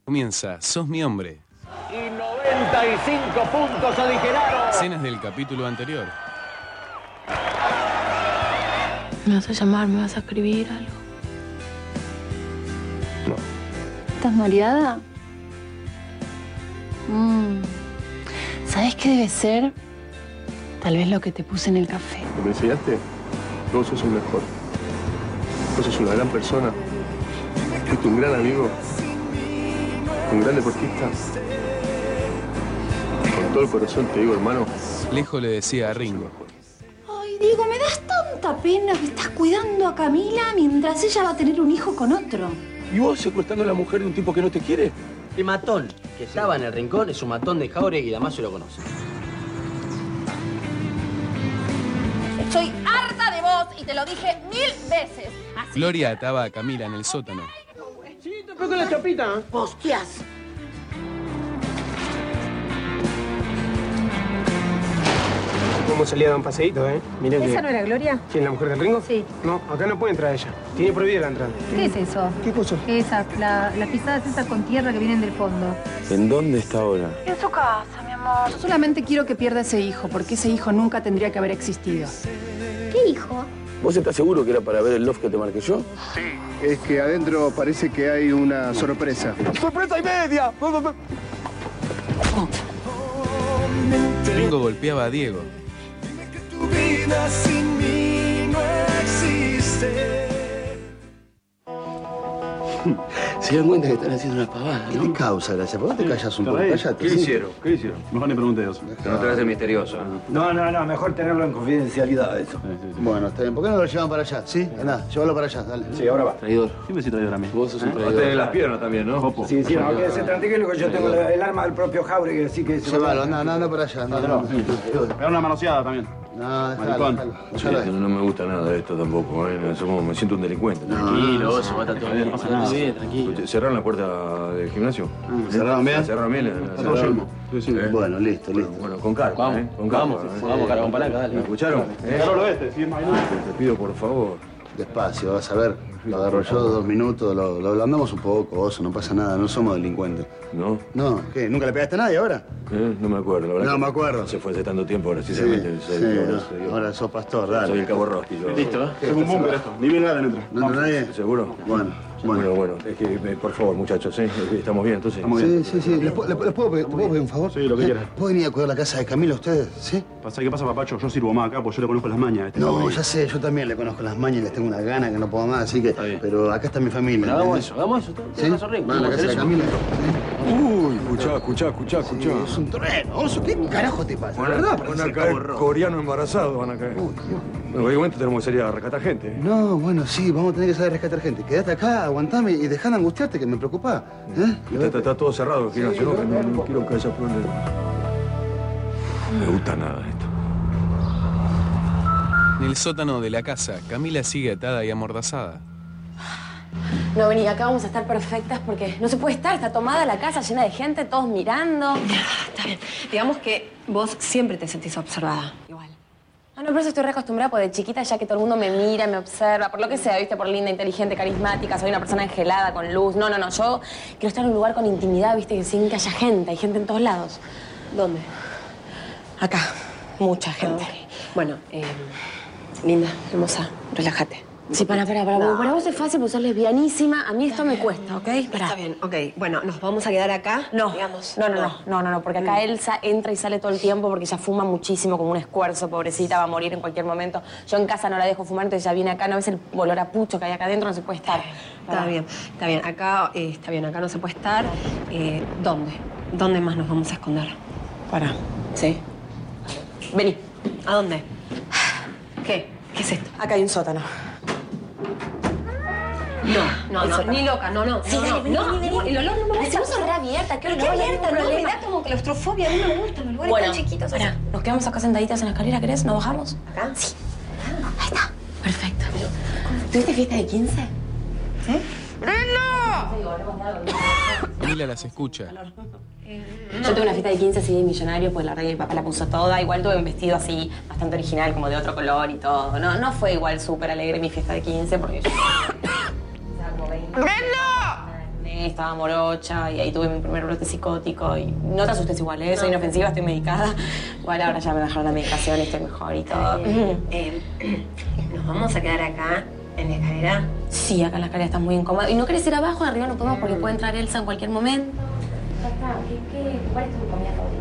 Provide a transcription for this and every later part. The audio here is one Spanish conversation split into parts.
Comienza Sos mi hombre. Y 95 puntos adicionaron. Escenas del capítulo anterior. ¿Me vas a llamar? ¿Me vas a escribir algo? No. ¿Estás mareada? ¿Sabes qué debe ser? Tal vez lo que te puse en el café. ¿Me enseñaste? Vos sos el mejor. Vos sos una gran persona. Fuiste un gran amigo. Un gran deportista. Con todo el corazón te digo, hermano. Lejo le decía a Ringo. Ay, Diego, me das tanta pena que estás cuidando a Camila mientras ella va a tener un hijo con otro. ¿Y vos secuestrando a la mujer de un tipo que no te quiere? El matón que estaba en el rincón es un matón de Jauregui y Damaso lo conoce. Estoy harta de vos y te lo dije 1000 veces. Así. Gloria ataba a Camila en el sótano. Sí, te pego la chapita. ¿Vos qué haces? Hemos salido a dar un paseíto, ¿eh? Miren ¿Esa que... no era Gloria? ¿Quién, la mujer del Ringo? Sí. No, acá no puede entrar ella. Tiene prohibida la entrada. ¿Qué es eso? ¿Qué cosa? Esas, las pisadas esas con tierra que vienen del fondo. ¿En dónde está ahora? En su casa, mi amor. Yo solamente quiero que pierda ese hijo, porque ese hijo nunca tendría que haber existido. ¿Qué hijo? ¿Vos estás seguro que era para ver el loft que te marqué yo? Es que adentro parece que hay una sorpresa. ¡Sorpresa y media! Ringo golpeaba a Diego. Tu vida sin mí no existe. Se dan cuenta que están haciendo una pavada, ¿Qué te causa, gracia? ¿Por qué te callas un poco? Caray, Cállate. ¿qué sí. hicieron? ¿Qué hicieron? Mejor ni pregunté eso. Que no te hagas el misterioso. No, mejor tenerlo en confidencialidad, eso. Bueno, está bien. ¿Por qué no lo llevan para allá? ¿Sí? Andá, llévalo para allá, dale. Sí, ahora va. Traidor. ¿Quién me hizo traidor a mí? Vos sos un Vos traidor. tenés las piernas también, ¿no? Sí, no, quédese tranquilo que yo tengo el arma del propio Jauregui, así que... Llévalo, anda para allá. Me da una manoseada también. No, Maricón. déjalo. Sí, no me gusta nada de esto tampoco, ¿eh? Me siento un delincuente. Tranquilo, eso va a estar todo bien. pasa nada. Sí, tranquilo. ¿Cerraron la puerta del gimnasio? ¿Cerraron bien? ¿La cerraron bien? Está todo lleno. Bueno, listo. Bueno, con calma, Vamos, ¿eh? Con calma. vamos, cara con palanca, dale. ¿Me escucharon? Carolo este, si es más Te pido, por favor. Despacio, vas a ver. Lo agarro yo 2 minutos, lo ablandamos un poco, oso, no pasa nada, no somos delincuentes. ¿No? No, ¿qué? ¿Nunca le pegaste a nadie ahora? No me acuerdo, la verdad. No me acuerdo. Se fue hace tanto tiempo, precisamente. Ahora sos pastor, dale. Soy el cabo Rosti. Listo, ¿eh? Es un búnker esto. Ni bien nada dentro. ¿No entra nadie? ¿Seguro? Bueno. Bueno, es que, por favor, muchachos, ¿eh? Estamos bien, entonces. Sí. ¿Les puedo pedir un favor? Sí, lo que quieras. ¿Pueden ir a cuidar la casa de Camila ustedes? ¿Sí? ¿Qué pasa, papacho? Yo sirvo más acá, pues yo le conozco las mañas. No, ya sé, yo también le conozco las mañas y les tengo una gana que no puedo más, así que... bien. Pero acá está mi familia. Hagamos ¿entendés? eso. ¿Sí? Tenés razón, Ringo. Van a la Vamos a casa hacer de eso. Camila. Uy, escuchá. Sí, es un trueno, oso. ¿Qué carajo te pasa? ¿De verdad? Van a caer coreano embarazado, van a caer. Bueno, obviamente tenemos que salir a rescatar gente. ¿eh? No, bueno, sí, vamos a tener que salir a rescatar gente. Quédate acá, aguantame y dejá de angustiarte, que me preocupa. Está todo cerrado el gimnasio, ¿no? No quiero que haya problemas. No me gusta nada esto. En el sótano de la casa, Camila sigue atada y amordazada. No, vení, acá vamos a estar perfectas porque no se puede estar. Está tomada la casa llena de gente, todos mirando. Está bien. Digamos que vos siempre te sentís observada. Igual. No, pero eso estoy reacostumbrada, porque de chiquita ya que todo el mundo me mira, me observa, por lo que sea, viste, por linda, inteligente, carismática, soy una persona engelada, con luz. No, yo quiero estar en un lugar con intimidad, viste, sin que haya gente. Hay gente en todos lados. ¿Dónde? Acá, mucha gente. Okay. Bueno, linda, hermosa, relájate. Sí, para vos es fácil, porque sos lesbianísima. A mí esto me cuesta, ¿ok? Está bien, ok. Bueno, ¿nos vamos a quedar acá? No, digamos. no, porque acá Elsa entra y sale todo el tiempo porque ella fuma muchísimo, como un escuerzo, pobrecita, va a morir en cualquier momento. Yo en casa no la dejo fumar, entonces ella viene acá, no ves el olor a pucho que hay acá adentro, no se puede estar. Está bien. Acá, acá no se puede estar. ¿Dónde? ¿Dónde más nos vamos a esconder? ¿Sí? Vení. ¿A dónde? ¿Qué? ¿Qué es esto? Acá hay un sótano. No, ni loca, no. Sí, no, vení. El olor no me gusta. Estamos reabierta, ¿qué ¿Qué olor? abierta? No, me da como claustrofobia. A mí no me gustan los lugares Bueno, tan chiquitos. pará, nos quedamos acá sentaditas en la escalera, ¿querés? ¿Nos bajamos? ¿Acá? Sí. Ahí está. Perfecto. ¿Tuviste fiesta de 15? ¿Sí? Camila las escucha. Yo tuve una fiesta de 15 así de millonario, pues la verdad que mi papá la puso toda. Igual tuve un vestido así, bastante original, como de otro color y todo. No fue igual súper alegre mi fiesta de 15 porque yo... ¡Brenda! estaba morocha y ahí tuve mi primer brote psicótico. Y no te asustes igual, ¿eh? Soy inofensiva, estoy medicada. Igual ahora ya me bajaron la medicación y estoy mejor y todo. ¿Nos vamos a quedar acá, en la escalera? Sí, acá en la escalera está muy incómoda. ¿Y no querés ir abajo? Arriba no podemos porque puede entrar Elsa en cualquier momento. ¿Cuál es tu comida favorita?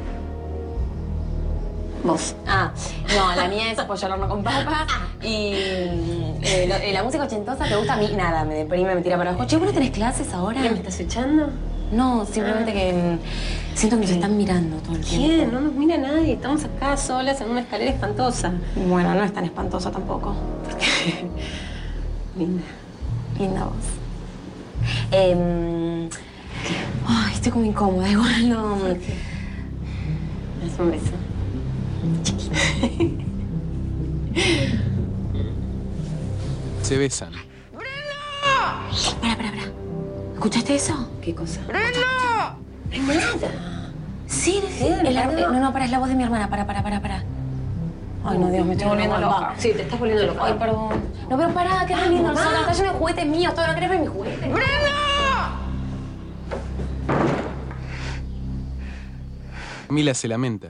Vos. No, la mía es pollo al horno con papas. Y la música ochentosa te gusta a mí. Nada, me deprime, me tira para abajo. Che, ¿vos no tenés clases ahora? ¿Qué, me estás echando? No, simplemente que siento que nos están mirando todo el tiempo. ¿Quién? No nos mira nadie. Estamos acá solas en una escalera espantosa. Bueno, no es tan espantosa tampoco. Linda. Linda voz. Ay, estoy como incómoda. Igual no... Es un beso. Se besan. Pará. ¿Escuchaste eso? ¿Qué cosa? ¡Brenda! Sí, no, pará, es la voz de mi hermana. Pará. Ay, no, Dios, me estoy volviendo loca. Sí, te estás volviendo loca. Ay, perdón. No, pero pará, que re lindo el salón. Está lleno de juguetes míos. Todo, ¿no querés ver mis juguetes? ¡Brenda! Camila se lamenta.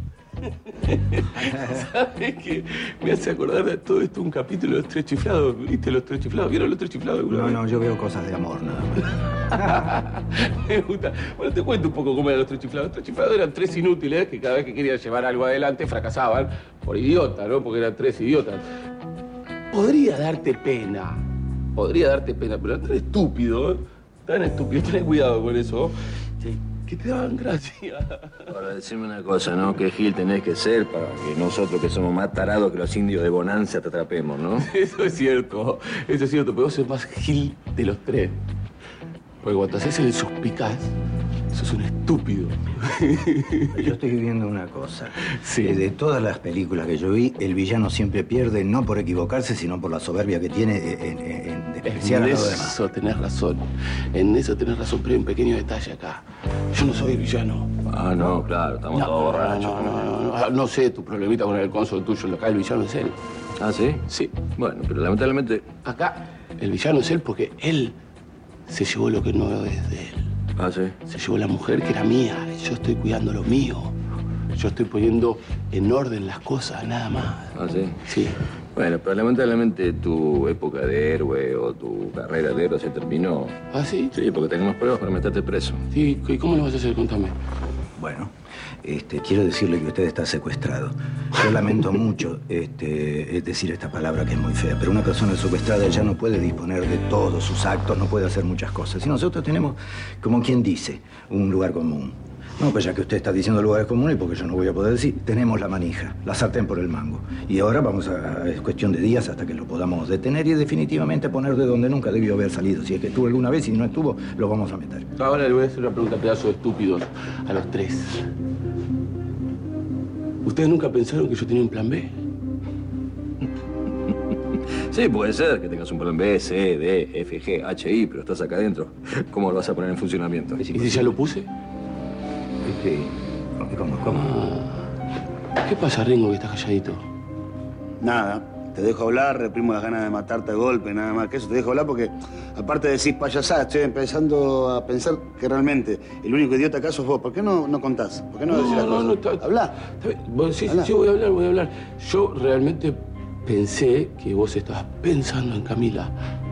¿Sabes qué? Me hace acordar de todo esto un capítulo de Los Tres Chiflados. ¿Viste Los Tres Chiflados? ¿Vieron Los Tres Chiflados? No, yo veo cosas de amor nada más. Me gusta. Bueno, te cuento un poco cómo eran Los Tres Chiflados. Los Tres Chiflados eran tres inútiles que cada vez que querían llevar algo adelante fracasaban por idiota, ¿no? Porque eran tres idiotas. Podría darte pena, pero eran tan estúpido, tenés cuidado con eso. Sí. Que te daban gracia. Ahora, decime una cosa, ¿no? ¿Qué gil tenés que ser para que nosotros, que somos más tarados que los indios de Bonanza, te atrapemos, no? Eso es cierto, pero vos sos más gil de los tres. Porque cuando haces el suspicaz, sos un estúpido. Yo estoy viviendo una cosa. Sí. De todas las películas que yo vi, el villano siempre pierde, no por equivocarse, sino por la soberbia que tiene en despreciar a los demás. En eso tenés razón, pero hay un pequeño detalle acá. Yo no soy villano. Ah, no, claro, estamos todos borrachos. No sé, tu problemita con el cónsul tuyo, acá el villano es él. ¿Ah, sí? Sí. Bueno, pero lamentablemente... Acá el villano es él porque él se llevó lo que no es de él. Ah, sí. Se llevó la mujer que era mía. Yo estoy cuidando lo mío. Yo estoy poniendo en orden las cosas, nada más. Ah, sí. Sí. Bueno, pero lamentablemente tu época de héroe o tu carrera de héroe se terminó. ¿Ah, sí? Sí, porque tenemos pruebas para meterte preso. Sí, ¿y cómo lo vas a hacer? Contame. Bueno, quiero decirle que usted está secuestrado. Yo lamento mucho decir esta palabra que es muy fea, pero una persona secuestrada ya no puede disponer de todos sus actos, no puede hacer muchas cosas. Y nosotros tenemos, como quien dice, un lugar común. No, pues ya que usted está diciendo lugares comunes, porque yo no voy a poder decir, tenemos la manija, la sartén por el mango. Y ahora es cuestión de días hasta que lo podamos detener y definitivamente poner de donde nunca debió haber salido. Si es que estuvo alguna vez y no estuvo, lo vamos a meter. Ahora le voy a hacer una pregunta, pedazo de estúpidos, a los tres. ¿Ustedes nunca pensaron que yo tenía un plan B? Sí, puede ser que tengas un plan B, C, D, F, G, H, I, pero estás acá adentro. ¿Cómo lo vas a poner en funcionamiento? ¿Y si ya lo puse? ¿Cómo? ¿Qué pasa, Ringo, que estás calladito? Nada. Te dejo hablar, reprimo las ganas de matarte a golpe, nada más que eso. Te dejo hablar porque, aparte de decir payasada, estoy empezando a pensar que realmente el único idiota acá sos vos. ¿Por qué no contás? ¿Por qué no decís las cosas? Hablá. Sí, voy a hablar. Yo realmente pensé que vos estabas pensando en Camila.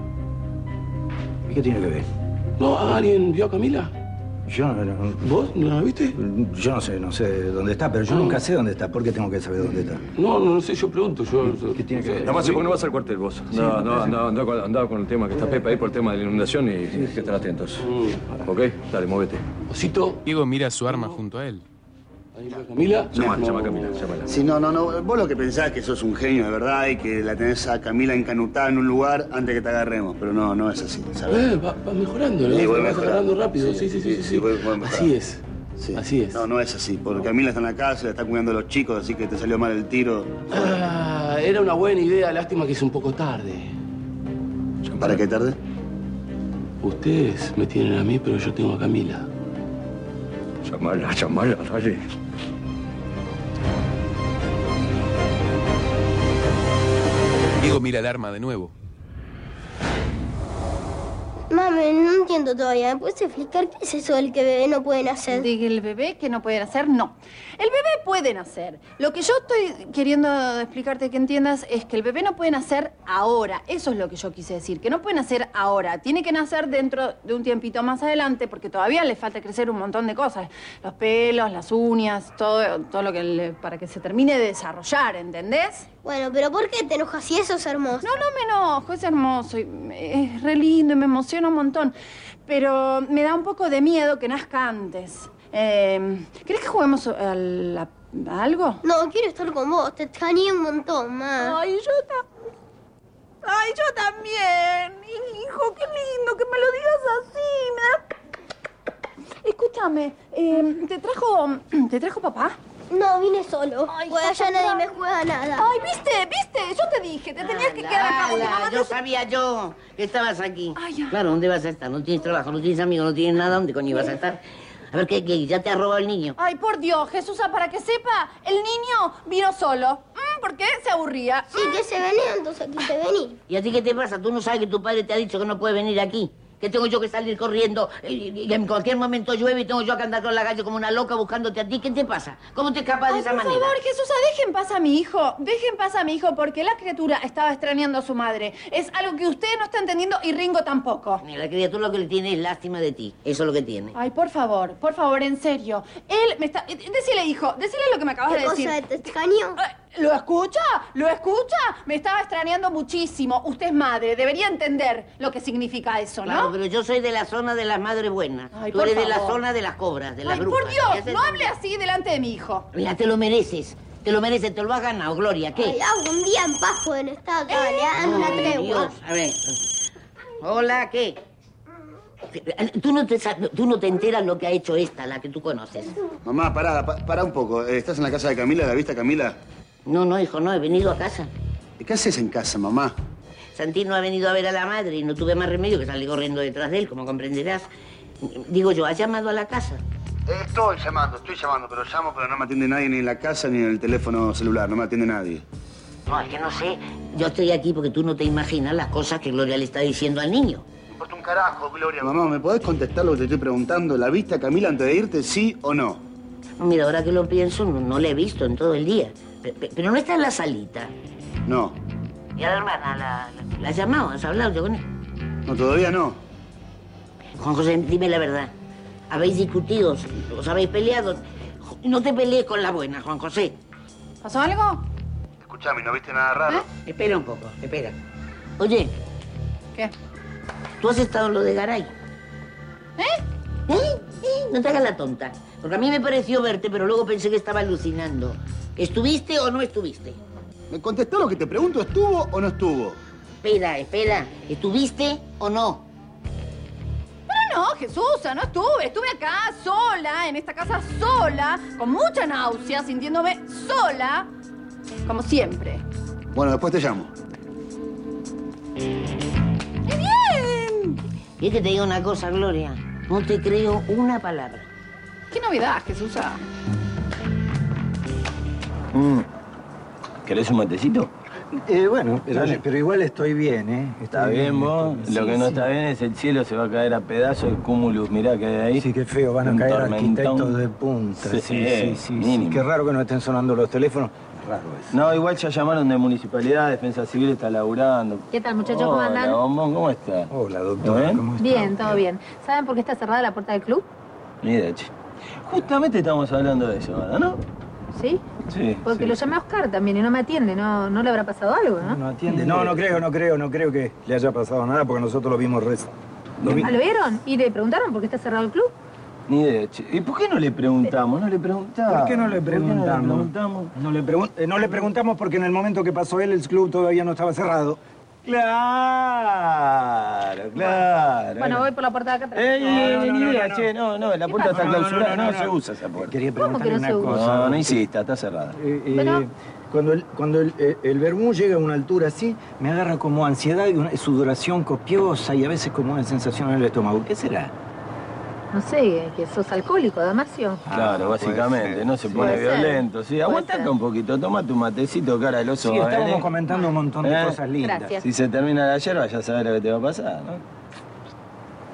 ¿Y qué tiene que ver? ¿No? ¿Alguien vio a Camila? Yo no. ¿Vos no la viste? Yo no sé dónde está, pero yo nunca sé dónde está. ¿Por qué tengo que saber dónde está? No sé, yo pregunto. ¿Qué tiene que ver? No, ¿por qué no vas al cuartel vos? Andá con el tema que está Pepa ahí por el tema de la inundación y que estén atentos. ¿Ok? Dale, móvete. Osito. Diego mira su arma junto a él. ¿Camila? Llama a Camila, llámala. Sí, no. Vos lo que pensás es que sos un genio de verdad y que la tenés a Camila encanutada en un lugar antes que te agarremos. Pero no es así, ¿sabes? Va mejorando, ¿no? Sí, voy vas mejorando rápido. Sí. Voy mejorando. Así es. Sí. Así es. No es así. Porque Camila está en la casa, la está cuidando a los chicos, así que te salió mal el tiro. Era una buena idea. Lástima que es un poco tarde. ¿Para qué tarde? Ustedes me tienen a mí, pero yo tengo a Camila. Llamala, dale. Diego mira el arma de nuevo. Mami, Escúchame, no entiendo todavía. ¿Me puedes explicar qué es eso del que bebé no pueden hacer? ¿De el bebé que no pueden hacer? No. El bebé pueden hacer. Lo que yo estoy queriendo explicarte que entiendas es que el bebé no puede nacer ahora. Eso es lo que yo quise decir, que no puede nacer ahora. Tiene que nacer dentro de un tiempito más adelante porque todavía le falta crecer un montón de cosas. Los pelos, las uñas, todo lo que para que se termine de desarrollar, ¿entendés? Bueno, pero ¿por qué te enojas si eso es hermoso? No, no me enojo, es hermoso. Es re lindo y me emociona un montón. Pero me da un poco de miedo que nazca antes. ¿Querés que juguemos a algo? No, quiero estar con vos. Te extrañé un montón, ma. Ay, yo también. Hijo, qué lindo que me lo digas así. Escúchame, ¿te trajo papá? No, vine solo. Pues allá nadie me juega nada. Ay, ¿viste? Yo te dije, te tenías que quedar acá porque mamá Yo sabía yo que estabas aquí. Ay, ya. Claro, ¿dónde vas a estar? No tienes trabajo, no tienes amigos, no tienes nada. ¿Dónde coño ibas a estar? A ver, ¿qué? ¿Ya te ha robado el niño? Ay, por Dios, Jesús, para que sepa, el niño vino solo. ¿Por qué? Se aburría. Sí, que se venía, entonces quise venir. ¿Y a ti qué te pasa? ¿Tú no sabes que tu padre te ha dicho que no puede venir aquí? Que tengo yo que salir corriendo y en cualquier momento llueve y tengo yo que andar por la calle como una loca buscándote a ti. ¿Qué te pasa? ¿Cómo te escapas de esa manera? Por favor, Jesús, dejen paz a mi hijo. Dejen paz a mi hijo porque la criatura estaba extrañando a su madre. Es algo que usted no está entendiendo y Ringo tampoco. Mira, la criatura lo que le tiene es lástima de ti. Eso es lo que tiene. Ay, por favor, en serio. Él me está... Decile, hijo, decile lo que me acabas de decir. ¿Qué cosa? ¿Te extrañó? ¿Lo escucha? Me estaba extrañando muchísimo. Usted es madre, debería entender lo que significa eso, ¿no? Claro, pero yo soy de la zona de las madres buenas. Ay, Tú eres de la zona de las cobras, de las brujas. Por Dios, no hable así delante de mi hijo. Mira, te lo mereces, te lo has ganado, Gloria. ¿Qué? Ay, algún día en paz pueden estar, le dan una tregua. Dios, a ver. Hola, ¿qué? Tú no te enteras lo que ha hecho esta, la que tú conoces. Mamá, pará un poco. ¿Estás en la casa de Camila? ¿La viste a Camila? No, hijo, no. He venido a casa. ¿Y qué haces en casa, mamá? Santino ha venido a ver a la madre y no tuve más remedio que salir corriendo detrás de él, como comprenderás. Digo yo, ¿has llamado a la casa? Estoy llamando, pero llamo, pero no me atiende nadie ni en la casa ni en el teléfono celular. No me atiende nadie. No, es que no sé. Yo estoy aquí porque tú no te imaginas las cosas que Gloria le está diciendo al niño. Me importa un carajo, Gloria. Mamá, ¿me podés contestar lo que te estoy preguntando? ¿La viste a Camila antes de irte, sí o no? Mira, ahora que lo pienso, no la he visto en todo el día. Pero no está en la salita. No. ¿Y a la hermana la has llamado? ¿Has hablado yo con él? No, todavía no. Juan José, dime la verdad. ¿Habéis discutido? ¿Os habéis peleado? No te pelees con la buena, Juan José. ¿Pasó algo? Escuchame, ¿no viste nada raro? Espera un poco, espera. Oye. ¿Qué? ¿Tú has estado en lo de Garay? No te hagas la tonta. Porque a mí me pareció verte, pero luego pensé que estaba alucinando. ¿Estuviste o no estuviste? ¿Me contestó lo que te pregunto? ¿Estuvo o no estuvo? Espera. ¿Estuviste o no? Pero no, Jesús, no estuve. Estuve acá sola, en esta casa sola, con mucha náusea, sintiéndome sola, como siempre. Bueno, después te llamo. ¡Qué bien! Y es que te digo una cosa, Gloria. No te creo una palabra. ¿Qué novedad, Jesús? ¿Querés un matecito? Bueno, pero igual estoy bien, ¿eh? Está bien vos. Lo que no está bien es el cielo se va a caer a pedazos, el cúmulo, mirá que hay ahí. Sí, qué feo, van a caer arquitectos de punta. Sí. Qué raro que no estén sonando los teléfonos. Raro eso. No, igual ya llamaron de municipalidad, Defensa Civil está laburando. ¿Qué tal, muchachos? ¿Cómo andan? Hola, bombón, ¿cómo estás? Hola, doctora, ¿cómo estás? Bien, todo bien. ¿Saben por qué está cerrada la puerta del club? Ni idea, che. Justamente estamos hablando de eso ahora, ¿no? ¿Sí? Sí. Porque lo llamé a Oscar también y no me atiende. ¿No le habrá pasado algo, no? No atiende. No creo que le haya pasado nada porque nosotros lo vimos ¿Lo vieron? ¿Y le preguntaron por qué está cerrado el club? Ni idea, che. ¿Y por qué no le preguntamos? ¿Por qué no le preguntamos? No le preguntamos porque en el momento que pasó él, el club todavía no estaba cerrado. Claro. Bueno, voy por la puerta de acá atrás. Ni idea, che. No, la puerta está clausurada. No se usa esa puerta. Quería preguntarle una cosa. No insista, está cerrada. Cuando el vermú llega a una altura así, me agarra como ansiedad y una sudoración copiosa y a veces como una sensación en el estómago. ¿Qué será? No sé, que sos alcohólico, Damasio. Claro, básicamente, no se pone violento. Sí, aguanta acá un poquito, toma tu matecito, cara del oso. Sí, estábamos comentando un montón de cosas lindas. Gracias. Si se termina la yerba, ya sabes lo que te va a pasar, ¿no?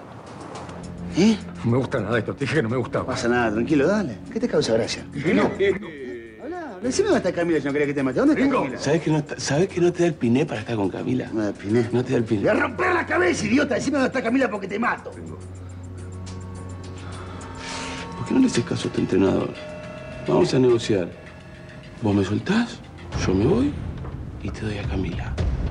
¿Eh? No me gusta nada esto, te dije que no me gustaba. No pasa nada, tranquilo, dale. ¿Qué te causa gracia? No. Habla, decime dónde está Camila si no querés que te mate. ¿Dónde está Camila? ¿Sabés que no te da el piné para estar con Camila? No, Piné. No te da el Te piné. voy a romper la cabeza, idiota. Decime dónde está Camila porque te mato. ¿Por qué no le haces caso a tu entrenador? Vamos a negociar. Vos me soltás, yo me voy y te doy a Camila.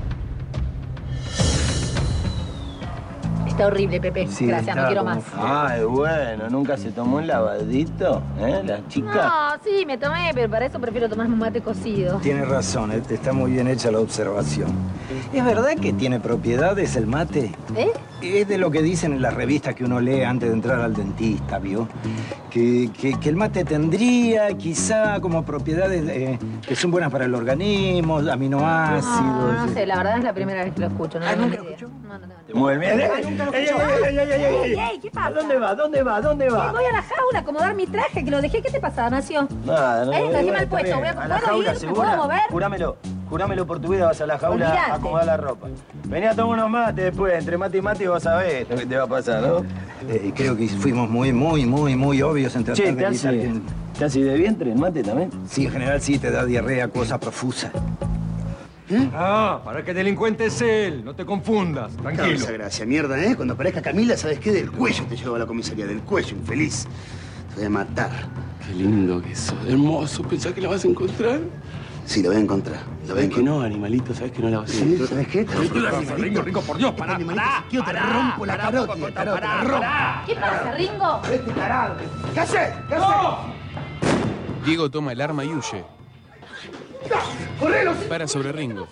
Está horrible, Pepe. Sí, Gracias, no está quiero como- más. Ay, bueno, ¿nunca se tomó un lavadito? La chica. No, sí, me tomé, pero para eso prefiero tomarme un mate cocido. Tiene razón, está muy bien hecha la observación. ¿Es verdad que tiene propiedades el mate? ¿Eh? Es de lo que dicen en las revistas que uno lee antes de entrar al dentista, ¿vio? Que el mate tendría quizá como propiedades que son buenas para el organismo, aminoácidos. No sé, la verdad es la primera vez que lo escucho. No tengo ni idea. Te mueve bien. ¡Ey! ¿Qué pasa? ¿Dónde va? ¿Dónde va? ¿Dónde va? Voy a la jaula a acomodar mi traje, que lo dejé. ¿Qué te pasa, Nacio? Nada, no. Lo dejé mal está puesto. bien. ¿Puedo A la jaula, ir? ¿Me ¿segura? puedo mover? Jurámelo por tu vida, vas a la jaula Olvídate. a acomodar la ropa. Vení a tomar unos mates después, entre mate y mate vas a ver lo que te va a pasar, ¿no? Creo que fuimos muy obvios en tratar Che, de ¿te evitar que... hace de vientre el mate también? Sí, en general sí, te da diarrea, cosa profusa. Ah, para qué delincuente es él. No te confundas. Tranquilo. Causa gracia, mierda, ¿eh? Cuando aparezca Camila, ¿sabes qué? Del cuello te llevo a la comisaría, del cuello, infeliz. Te voy a matar. Qué lindo que sos. Hermoso. ¿Pensás que la vas a encontrar? Sí, la voy a encontrar. ¿Sabés que no, animalito? ¿Sabés que no la vas a encontrar? ¿Sabes qué? Ringo, por Dios, pará. Te rompo la carótida, te la rompo. ¿Qué pasa, Ringo? Este tarado. ¿Qué haces? ¿Qué haces? Diego toma el arma y huye. ¡Correlo! Para sobre Ringo.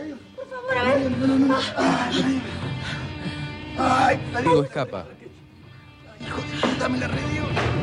¡Ay, Diego escapa. dame la radio!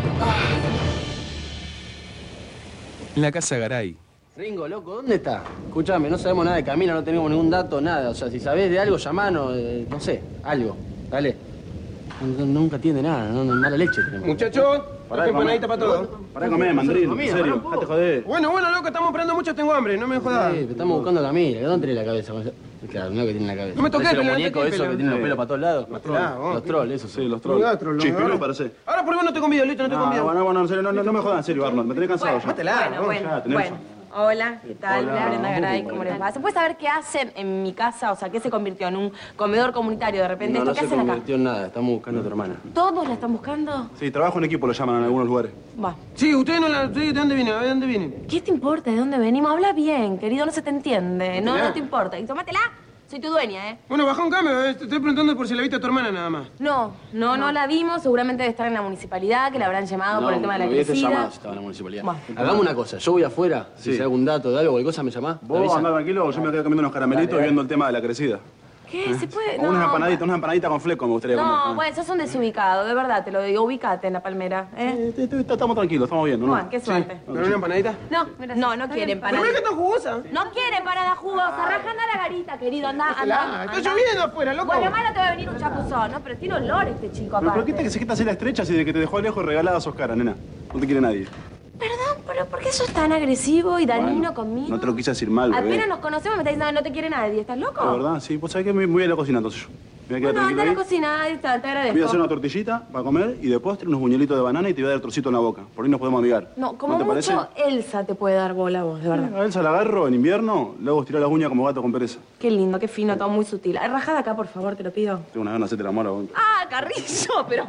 En la casa Garay. Ringo, loco, ¿dónde está? Escúchame, no sabemos nada de Camila, no tenemos ningún dato, nada. O sea, si sabés de algo, llamanos, no sé, algo. Dale. Nunca tiene nada, no, mala leche tenemos. Muchachos, Pará de empanadita para todos. Pará de comer, mandril, Comida, en serio. pará un poco. Dejate joder. Bueno, loco, estamos esperando mucho, tengo hambre, no me jodas. Sí, estamos buscando a Camila, ¿dónde tiene la cabeza? Claro, no que tiene la cabeza. No me toques, Parece los pela, no muñecos toques, esos que pela. tienen los pelos para todos lados. Los trolls, eso Sí, los trolls. Chispiro parece. Ahora por lo menos te convido, listo, no te convido. Bueno, en serio, no me jodas, en serio, Arnold. Me tenés cansado ya. Ya, tenés razón. Hola, ¿qué tal? Hola. Brenda Garay, ¿cómo les va? ¿Se puede saber qué hacen en mi casa? O sea, ¿qué se convirtió en un comedor comunitario de repente? No, ¿Esto no qué se hacen acá? convirtió en nada, estamos buscando a tu hermana. ¿Todos la están buscando? Sí, trabajo en equipo lo llaman en algunos lugares. Va. Sí, ustedes no la... ¿De dónde viene? ¿De dónde viene? ¿Qué te importa? ¿De dónde venimos? Habla bien, querido, no se te entiende. No te importa. Y tómatela. Soy tu dueña, ¿eh? Bueno, bajá un cambio, te estoy preguntando por si la viste a tu hermana nada más. No la vimos. Seguramente debe estar en la municipalidad, que la habrán llamado por el tema de la hubiese crecida. llamado si estaba en la municipalidad. Bueno. Hagamos una cosa, yo voy afuera, si Sí. sé algún dato de algo, cualquier cosa, me llamás. ¿Me Vos avisas? andá tranquilo, yo me quedo comiendo unos caramelitos Dale, y viendo el tema de la crecida. ¿Qué? ¿Se puede? O unas empanaditas con fleco me gustaría No, comer. bueno, sos un desubicado, de verdad, te lo digo. Ubicate en la palmera, ¿eh? Estamos tranquilos, estamos viendo, ¿no? Juan, qué suerte. ¿Pero una empanadita? No quiere empanada. ¿Pero ves que está jugosa? No quiere empanada jugosa. Raja, anda a la garita, querido. Anda. Está lloviendo afuera, loco. Bueno, malo te va a venir un chapuzón, ¿no? Pero tiene olor este chico Pero aparte. ¿por qué se quita así la estrecha si de que te dejó lejos regalada sos cara, nena? No te quiere nadie. Perdón, pero ¿por qué sos tan agresivo y dañino conmigo? No te lo quise decir mal, bebé. Apenas nos conocemos me estás diciendo que no te quiere nadie. ¿Estás loco? La verdad, sí. Vos sabés que me voy a ir a la cocina entonces yo. Me voy a quedar Bueno, tranquilo anda a la ahí. cocina, ahí está, te agradezco. Voy a hacer una tortillita para comer y de postre unos buñuelitos de banana y te voy a dar trocito en la boca. Por ahí nos podemos amigar. No, como ¿No te parece? mucho Elsa te puede dar bola a vos, de verdad. A Elsa la agarro en invierno, luego estirar las uñas como gato con pereza. Qué lindo, qué fino, todo muy sutil. Ay, rajada acá, por favor, te lo pido. Tengo una gana de hacerte la mora. vos. Ah, Carrillo, pero...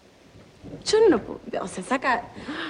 Yo no puedo... O sea, saca...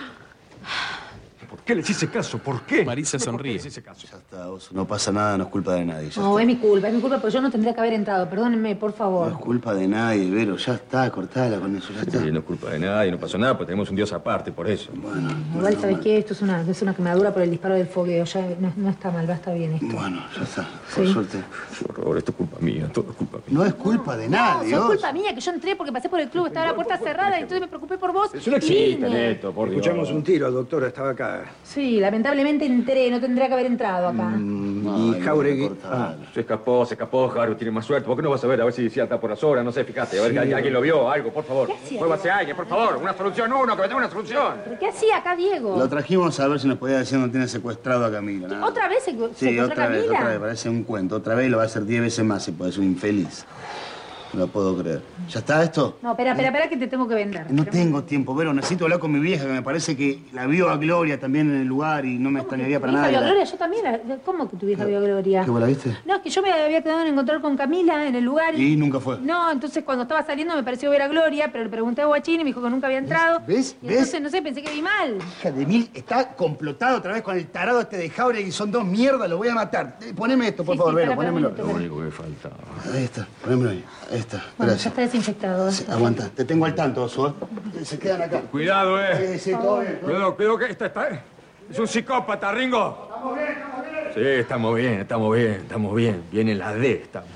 ¿Por qué le hiciste caso? ¿Por qué? Marisa sonríe. ¿Por qué le hiciste caso? Ya está, Oso, no pasa nada, no es culpa de nadie. Ya No, está. es mi culpa porque yo no tendría que haber entrado. Perdónenme, por No favor. es culpa de nadie, Vero. Ya está, cortala con eso, ya está. Sí, no es culpa de nadie, no pasó nada, porque tenemos un dios aparte, por eso. Bueno, Igual, ¿sabes qué? Esto es una quemadura por el disparo del fogueo. Ya no está mal, va a estar bien esto. bueno, ya está. Por Sí. suerte. Qué horror, esto es culpa mía, todo es culpa mía. No es culpa de No, nadie, es Oso. culpa mía que yo entré porque pasé por el club, estaba la puerta cerrada y entonces me preocupé por vos. Eso no existe, Vine. Neto, por Dios. Escuchamos un tiro, doctora, estaba acá. Sí, lamentablemente entré, no tendría que haber entrado acá. Y Jauregui... Se escapó, Jaro, tiene más suerte. ¿Por qué no vas a ver? A ver si está por las horas, no sé, fíjate. A ver, alguien lo vio, algo, por favor. ¿Qué hacía? Muévase alguien, por favor. Una solución, uno, que me tenga una solución. ¿Pero qué hacía acá, Diego? Lo trajimos a ver si nos podía decir dónde tiene secuestrado a Camila. nada. ¿Otra vez se Sí, encontró otra vez, Camila? parece un cuento. Otra vez lo va a hacer 10 veces más si puede ser un infeliz. No lo puedo creer. ¿Ya está esto? No, espera, que te tengo que vender. No tengo tiempo, Vero. Necesito hablar con mi vieja, que me parece que la vio a Gloria también en el lugar y no me extrañaría para nada. ¿Tu vieja vio a Gloria? Yo también. ¿Cómo que tu vieja vio a Gloria? ¿Qué vos la viste? No, es que yo me había quedado en encontrar con Camila en el lugar Y nunca fue. No, entonces cuando estaba saliendo me pareció ver a Gloria, pero le pregunté a Guachín y me dijo que nunca había entrado. ¿Ves? Y entonces, no sé, pensé que vi mal. Hija de mil, está complotado otra vez con el tarado este de Jauregui. Son dos mierdas, lo voy a matar. Poneme esto, por favor, Vero, ponémelo. Lo único que faltaba. Ahí está, ponémelo ahí. Ahí está, Bueno, gracias. ya está desinfectado. Sí, aguanta, te tengo al tanto, Oso. Se quedan acá. Cuidado, Sí, todo bien. Cuidado que esta está... Es un psicópata, Ringo. ¿Estamos bien? ¿Estamos bien? Sí, estamos bien. Viene la D, estamos.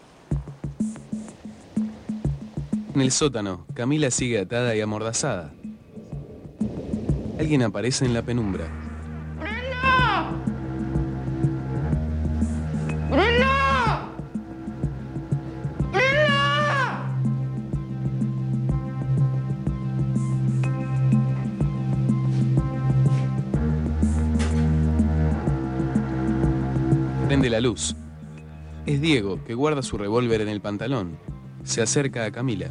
En el sótano, Camila sigue atada y amordazada. Alguien aparece en la penumbra. Prende la luz. Es Diego, que guarda su revólver en el pantalón. Se acerca a Camila.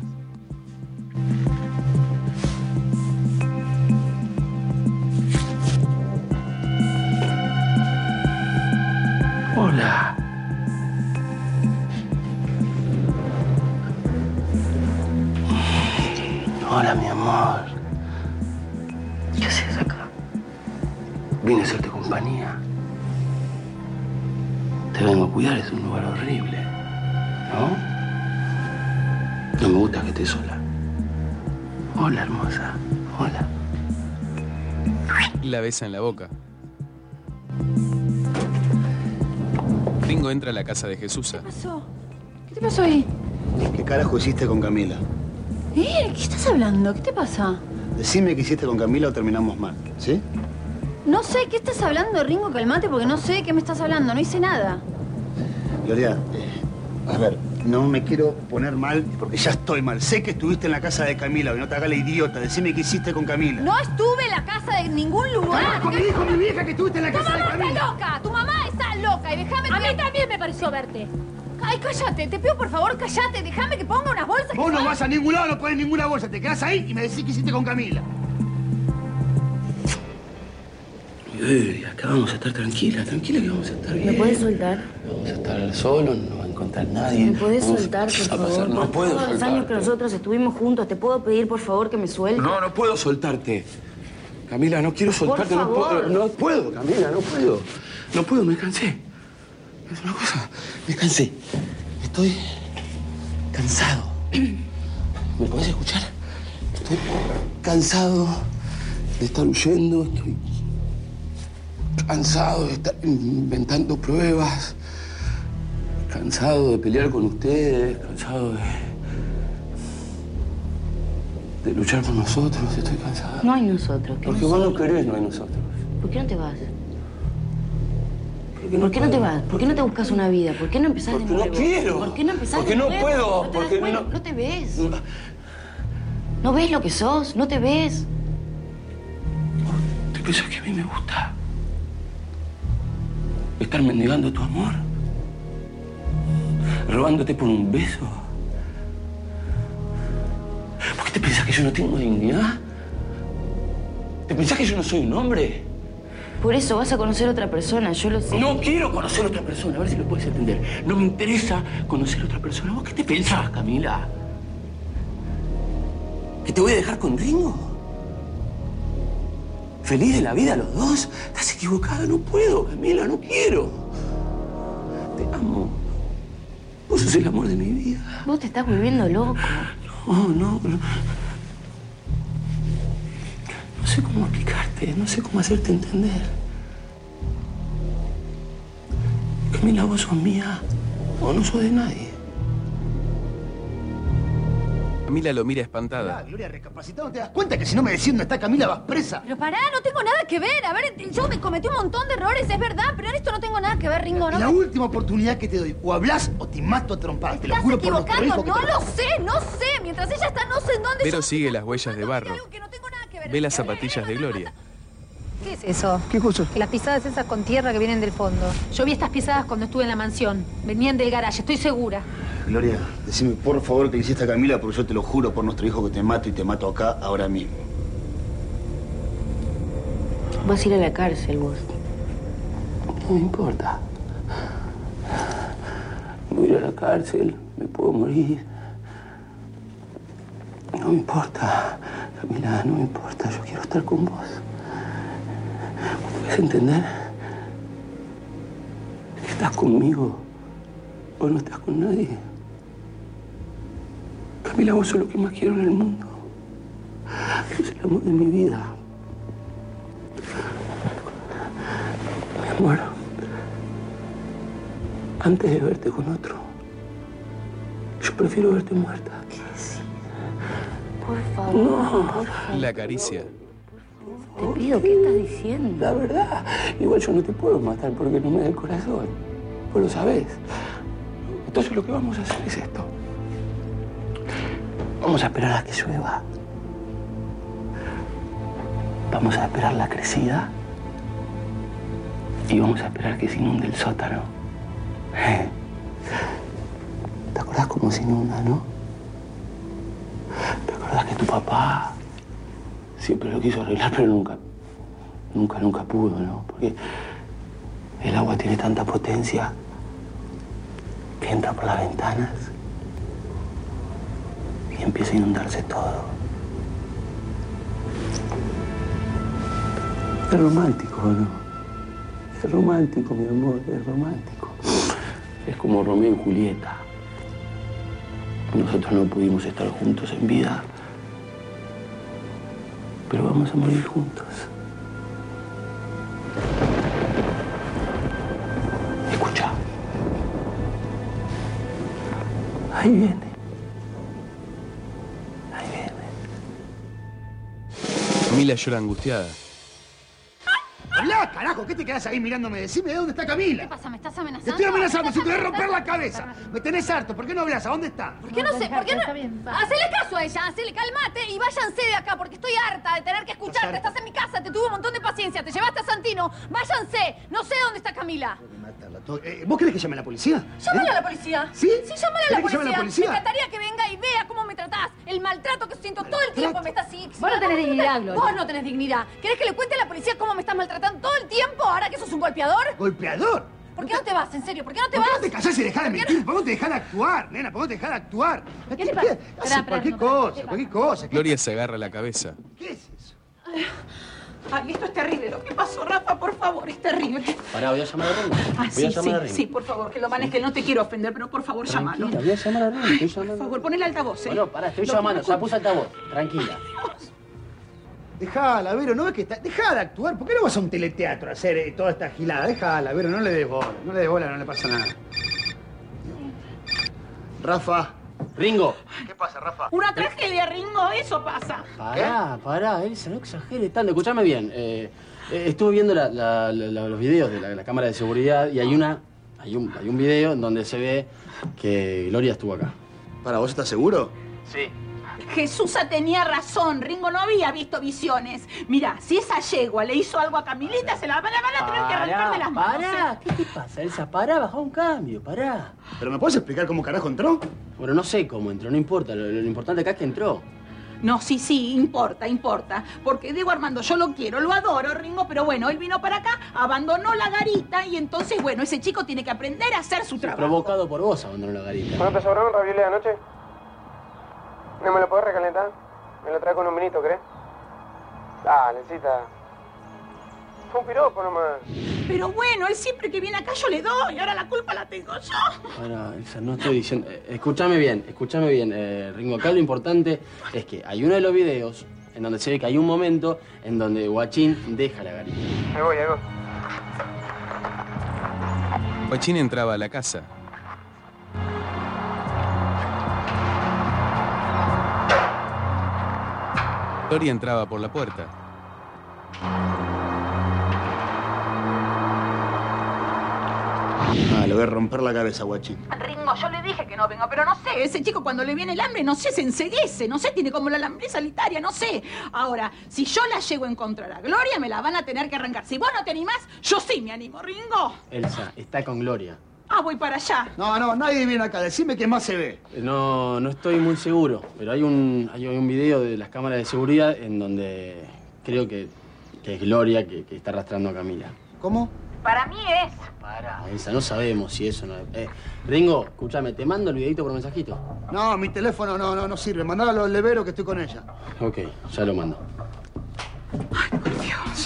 Hola. Hola, mi amor. ¿Qué haces acá? Vine a hacerte compañía. Te vengo a cuidar, es un lugar horrible. ¿No? No me gusta que estés sola. Hola, hermosa. Hola. La besa en la boca. Ringo entra a la casa de Jesusa. ¿Qué pasó? ¿Qué te pasó ahí? ¿Qué carajo hiciste con Camila? ¿Qué estás hablando? ¿Qué te pasa? Decime qué hiciste con Camila o terminamos mal, ¿sí? No sé, ¿qué estás hablando, Ringo? Calmate, porque no sé de qué me estás hablando. No hice nada. Gloria, a ver, no me quiero poner mal porque ya estoy mal. Sé que estuviste en la casa de Camila, que no te hagas la idiota. Decime qué hiciste con Camila. No estuve en la casa de ningún lugar. Me dijo mi vieja que estuviste en la casa de ¡Tu mamá Camila! está loca! ¡Tu mamá está loca! Y déjame... A mí también me pareció verte. Ay, cállate. Te pido, por favor, cállate. Déjame que ponga unas bolsas. Vos no vas a ningún lado, no pones ninguna bolsa. Te quedás ahí y me decís qué hiciste con Camila. Acá vamos a estar tranquila que vamos a estar bien. ¿Me puedes soltar? Vamos a estar solos, no va a encontrar nadie. ¿Me puedes soltar, por favor? No puedo Todos los años que nosotros estuvimos juntos, ¿te puedo pedir, por favor, que me sueltes? No puedo soltarte. Camila, no quiero soltarte. Por favor. No puedo, Camila, no puedo. No puedo, me cansé. Es una cosa, me cansé. Estoy cansado. ¿Me podés escuchar? Estoy cansado de estar huyendo. Estoy cansado de estar inventando pruebas. Cansado de pelear con ustedes. Cansado de luchar por nosotros. Estoy cansado. No hay nosotros. Porque vos no querés, no hay nosotros. ¿Por qué no te vas? ¿Por qué no te vas? ¿Por qué no te buscas una vida? ¿Por qué no empezás de nuevo? Porque no quiero. ¿Por qué no empezás porque de no nuevo? puedo. ¿No te das Porque cuenta? no... No te ves. ¿No ves lo que sos? ¿No te ves? ¿Te pensás que a mí me gusta estar mendigando tu amor? ¿Robándote por un beso? ¿Por qué te pensás que yo no tengo dignidad? ¿Te pensás que yo no soy un hombre? Por eso vas a conocer a otra persona, yo lo sé. No quiero conocer a otra persona, a ver si lo puedes entender. No me interesa conocer a otra persona. ¿Vos qué te pensás, Camila? ¿Que te voy a dejar con Ringo? ¿Feliz de la vida los dos? Estás equivocada, no puedo, Camila, no quiero. Te amo. Vos sos el amor de mi vida. Vos te estás volviendo loco. No sé cómo explicarte, no sé cómo hacerte entender. Camila, vos sos mía o no sos de nadie. Camila lo mira espantada. Gloria, recapacitado, ¿no te das cuenta que si no me decís dónde está Camila vas presa? Pero pará, no tengo nada que ver. A ver, yo me cometí un montón de errores, es verdad, pero en esto no tengo nada que ver, Ringo. La última oportunidad que te doy, o hablas o te mato a trompadas. Te lo juro por los equivocando, hijos que no te- lo sé, no sé. Mientras ella está, no sé en dónde. Vero sigue las huellas de barro. Ve las zapatillas de Gloria. ¿Qué es eso? ¿Qué cosa? Que las pisadas esas con tierra que vienen del fondo. Yo vi estas pisadas cuando estuve en la mansión. Venían del garaje, estoy segura. Gloria, decime por favor que le hiciste a Camila, porque yo te lo juro por nuestro hijo que te mato y te mato acá ahora mismo. Vas a ir a la cárcel, vos. No me importa. Voy a ir a la cárcel, me puedo morir. No me importa, Camila, no me importa. Yo quiero estar con vos. ¿Vos podés entender? Si estás conmigo o no estás con nadie. Camila, vos sos lo que más quiero en el mundo. Sos el amor de mi vida. Mi amor, antes de verte con otro, yo prefiero verte muerta. ¿Qué decís? Por favor, No. por favor. La acaricia. Te pido, ¿qué estás diciendo? La verdad, igual yo no te puedo matar porque no me da el corazón. Vos lo sabés. Entonces lo que vamos a hacer es esto. Vamos a esperar a que llueva. Vamos a esperar la crecida. Y vamos a esperar que se inunde el sótano. ¿Te acordás cómo se inunda, no? ¿Te acordás que tu papá siempre lo quiso arreglar, pero nunca pudo, ¿no? Porque el agua tiene tanta potencia que entra por las ventanas y empieza a inundarse todo. Es romántico, ¿no? Es romántico, mi amor, es romántico. Es como Romeo y Julieta. Nosotros no pudimos estar juntos en vida, pero vamos a morir juntos. Escucha. Ahí viene. Ahí viene. Camila llora angustiada. ¡Habla, carajo! ¿Qué te quedas ahí mirándome? Decime, ¿dónde está Camila? ¿Qué pasa? ¿Me estás amenazando? Te estoy amenazando, ¿Me si te estás voy a romper la amenazando? cabeza. Me tenés harto, ¿por qué no hablas? ¿A dónde está? ¿Por qué no sé? ¿Por qué no? Hacele caso a ella, hacele, calmate y váyanse de acá porque estoy harta de tener que escucharte. Estás en mi casa, te tuve un montón de paciencia, te llevaste a Santino. Váyanse, no sé dónde está Camila. ¿Vos querés que llame a la policía? Llámala a la policía. ¿Sí? Sí, llámala a ¿Querés la que llame a la policía? Me encantaría que venga y vea cómo me tratás. El maltrato que siento todo el tiempo me estás así. Vos no tenés dignidad, Gloria. Vos no tenés dignidad. ¿Querés que le cuente a la policía cómo me estás maltratando todo el tiempo ahora que sos un golpeador? ¿Golpeador? ¿Por qué no te vas? En serio, ¿por qué no te ¿Por vas? qué no te callás y dejás de mentir? ¿Por qué no te dejás de actuar, nena? ¿Por qué no te dejás de actuar? ¿Qué le pasa? Hace cualquier cosa, cualquier cosa. Gloria se agarra la cabeza. ¿Qué es eso? Ay, esto es terrible. Lo que pasó, Rafa, por favor, es terrible. Pará, voy a llamar a Rengo. Ah, sí, sí, por favor, que lo maneje. No te quiero ofender, pero por favor, llámalo. Tranquila, voy a llamar a Rengo. Estoy llamando. Por favor, pon el altavoz, ¿eh? Bueno, pará, estoy llamando. Ya puse altavoz. Tranquila. Dejala, Vero, ¿no ves que está? Dejá de actuar. ¿Por qué no vas a un teleteatro a hacer toda esta gilada? Dejala, Vero, no le des bola. No le des bola, no le pasa nada. Rafa. Ringo. ¿Qué pasa, Rafa? Una tragedia, Ringo, eso pasa. Pará, Elsa, no exageres tanto. Escuchame bien. Estuve viendo los videos de la cámara de seguridad y hay un video en donde se ve que Gloria estuvo acá. ¿Para vos estás seguro? Sí. Jesusa tenía razón, Ringo no había visto visiones. Mira, si esa yegua le hizo algo a Camilita, se la van a tener que arrancar de las manos. Pará, ¿qué te pasa, Elsa? Pará, bajá un cambio, pará. ¿Pero me puedes explicar cómo carajo entró? Bueno, no sé cómo entró, no importa. Lo importante acá es que entró. No, sí, importa. Porque digo, Armando, yo lo quiero, lo adoro, Ringo, pero bueno, él vino para acá, abandonó la garita y entonces, bueno, ese chico tiene que aprender a hacer su trabajo. Provocado por vos abandonó la garita. ¿Bueno, te sobró un ravioli de anoche? ¿No me lo podés recalentar? Me lo trae con un vinito, ¿crees? Dale, cita. Fue un piropo nomás. Pero bueno, él siempre que viene acá yo le doy, ahora la culpa la tengo yo. Bueno, Elsa, no estoy diciendo... escúchame bien, Ringo. Acá lo importante es que hay uno de los videos en donde se ve que hay un momento en donde Guachín deja la garita. Ahí voy. Guachín entraba a la casa. Gloria entraba por la puerta. Le voy a romper la cabeza, Guachín. Ringo, Ringo, yo le dije que no venga, pero no sé, ese chico cuando le viene el hambre, no sé, se enceguece, no sé, tiene como la lambreza solitaria, no sé. Ahora, si yo la llego a encontrar a Gloria, me la van a tener que arrancar. Si vos no te animás, yo sí me animo, Ringo. Elsa, está con Gloria. Ah, voy para allá. No, nadie viene acá. Decime qué más se ve. No estoy muy seguro, pero hay un video de las cámaras de seguridad en donde creo que es Gloria que está arrastrando a Camila. ¿Cómo? Para mí es. Para, Elsa, no sabemos si eso no es... Ringo, escúchame, te mando el videito por mensajito. No, mi teléfono no sirve. Mandalo al levero que estoy con ella. Ok, ya lo mando. Ay, por Dios.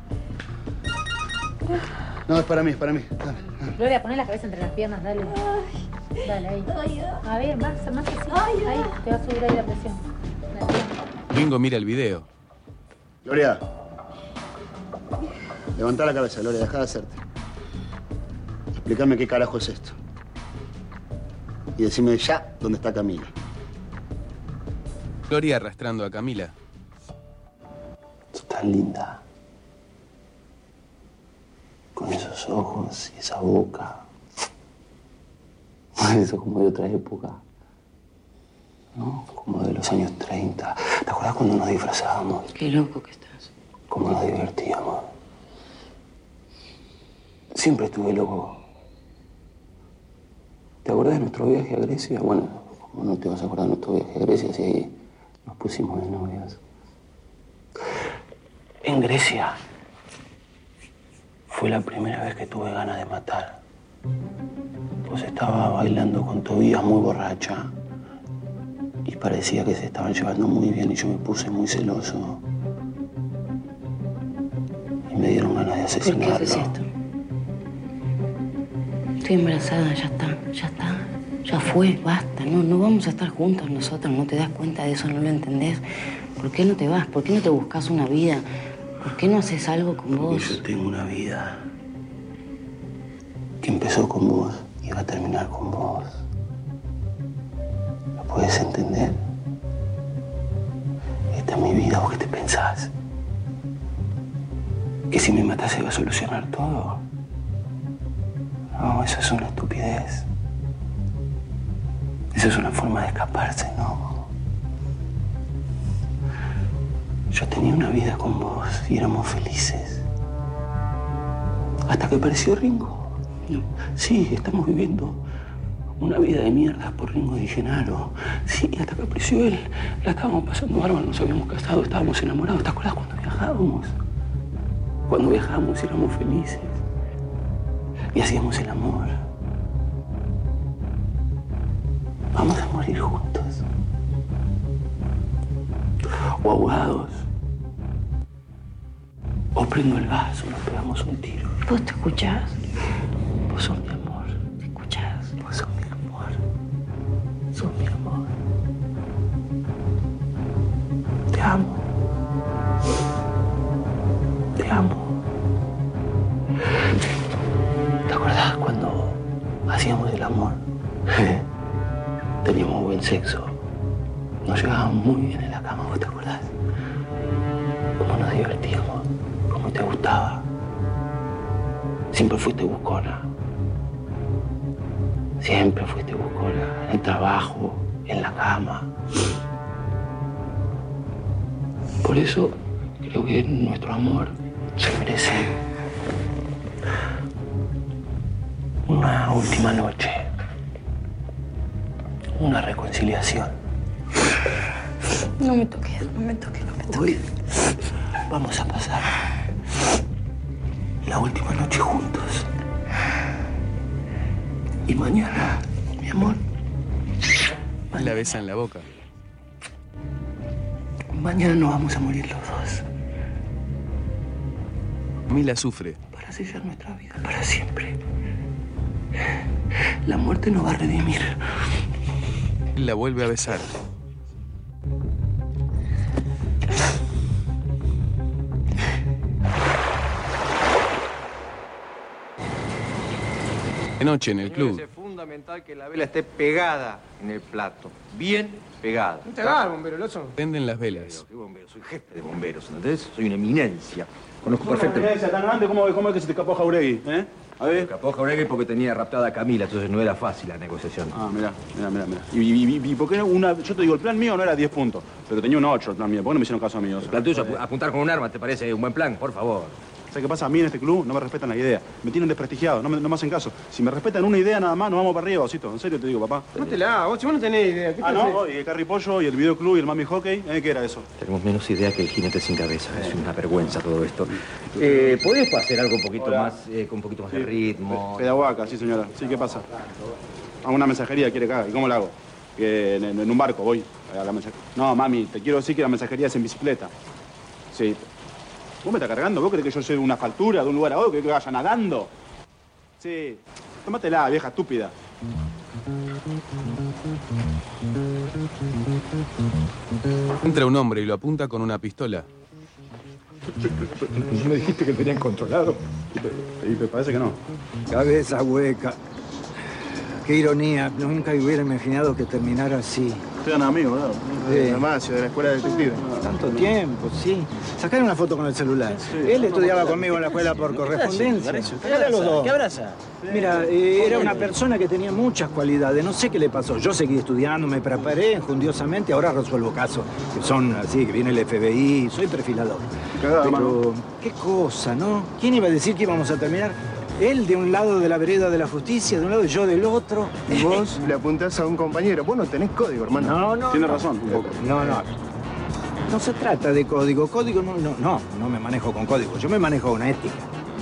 No, es para mí. Dale. Gloria, poné la cabeza entre las piernas, dale. Dale, ahí. A ver, más así. Ahí, te va a subir ahí la presión. Dale. Ringo mira el video. Gloria. Levantá la cabeza, Gloria, dejá de hacerte. Explícame qué carajo es esto. Y decime ya dónde está Camila. Gloria arrastrando a Camila. Sos tan linda. Con esos ojos y esa boca. Eso como de otra época. ¿No? Como de los años 30. ¿Te acuerdas cuando nos disfrazábamos? Qué loco que estás. Cómo nos divertíamos. Siempre estuve loco. ¿Te acuerdas de nuestro viaje a Grecia? Bueno, ¿cómo no te vas a acordar de nuestro viaje a Grecia si ahí nos pusimos de novias? En Grecia fue la primera vez que tuve ganas de matar. Pues estaba bailando con Tobías muy borracha y parecía que se estaban llevando muy bien y yo me puse muy celoso. Y me dieron ganas de asesinarlo. ¿Por qué haces esto? Estoy embarazada, ya está. Ya fue, basta. No vamos a estar juntos nosotros, ¿no te das cuenta de eso? ¿No lo entendés? ¿Por qué no te vas? ¿Por qué no te buscas una vida? ¿Por qué no haces algo con vos? Porque yo tengo una vida que empezó con vos y va a terminar con vos. ¿Lo puedes entender? Esta es mi vida, ¿vos qué te pensás? ¿Que si me matás se va a solucionar todo? No, eso es una estupidez. Eso es una forma de escaparse, ¿no? Yo tenía una vida con vos y éramos felices. Hasta que apareció Ringo. Sí, estamos viviendo una vida de mierda por Ringo Di Gennaro. Sí, hasta que apareció él. La estábamos pasando bárbaro, nos habíamos casado, estábamos enamorados. ¿Te acuerdas cuando viajábamos? Cuando viajábamos éramos felices. Y hacíamos el amor. Vamos a morir juntos. O ahogados. O prendo el gas o nos pegamos un tiro. ¿Vos te escuchás? Vos sos mi amor. ¿Te escuchás? Vos sos mi amor. Sos mi amor. Te amo. Te amo. ¿Te acordás cuando hacíamos el amor? Teníamos buen sexo. Nos llevábamos muy bien en la cama, ¿vos te acordás? Cómo nos divertíamos, cómo te gustaba. Siempre fuiste buscona. Siempre fuiste buscona. En el trabajo, en la cama. Por eso creo que nuestro amor se merece una última noche. Una reconciliación. No me toques. Hoy vamos a pasar la última noche juntos. Y mañana, mi amor. La besa en la boca. Mañana nos vamos a morir los dos. Camila sufre. Para sellar nuestra vida para siempre. La muerte nos va a redimir. Él la vuelve a besar. De noche en el club. Es fundamental que la vela esté pegada en el plato. Bien pegada. No te hagas, bombero, Lozo. Prenden las velas. Soy bombero, soy jefe de bomberos, ¿entendés? Soy una eminencia. Conozco Perfecto. perfecto. Tan grande, ¿cómo es que se te escapó Jauregui? A ver. Capó Jauregui porque tenía raptada a Camila, entonces no era fácil la negociación. Ah, mirá. ¿Y por qué no una...? Yo te digo, el plan mío no era 10 puntos, pero tenía un 8 el plan mío. ¿Por qué no me hicieron caso a mí? El plan tuyo, apuntar con un arma, ¿te parece un buen plan? Por favor. ¿Sabes qué pasa? A mí en este club no me respetan la idea. Me tienen desprestigiado, no me hacen caso. Si me respetan una idea nada más, nos vamos para arriba, Osito. En serio te digo, papá. Tómatela, vos, si vos no tenés idea. ¿Qué no, y el Carry Pollo, y el videoclub, y el Mami Hockey, ¿qué era eso? Tenemos menos idea que el jinete sin cabeza. Es una vergüenza todo esto. ¿Podés hacer algo un poquito más, con un poquito más de ritmo? Pedahuaca, sí, señora. Sí, ¿qué pasa? A una mensajería quiere acá. ¿Y cómo la hago? Que en un barco voy a la mensajería. No, mami, te quiero decir que la mensajería es en bicicleta. Sí. ¿Vos me estás cargando? ¿Vos crees que yo soy de una altura, de un lugar a otro, que vaya nadando? Sí. Tómatela, vieja estúpida. Entra un hombre y lo apunta con una pistola. ¿No me dijiste que tenían controlado? Y me parece que no. Cabeza hueca. Qué ironía. Nunca hubiera imaginado que terminara así. Ustedes eran amigos, ¿verdad? Sí. Farmacia, de la escuela de detective. Tanto tiempo, sí. Sacar una foto con el celular. Sí. Él estudiaba conmigo en la escuela por correspondencia. ¿Qué abraza? Los dos. ¿Qué abraza? Mira, era una persona que tenía muchas cualidades. No sé qué le pasó. Yo seguí estudiando, me preparé enjundiosamente. Ahora resuelvo casos que son así, que viene el FBI. Soy perfilador. Pero, qué cosa, ¿no? ¿Quién iba a decir que íbamos a terminar? Él de un lado de la vereda de la justicia, de un lado y yo del otro. Y vos le apuntás a un compañero. Vos no tenés código, hermano. No. Tiene razón, un poco. No. No se trata de código. Código no me manejo con código. Yo me manejo con ética.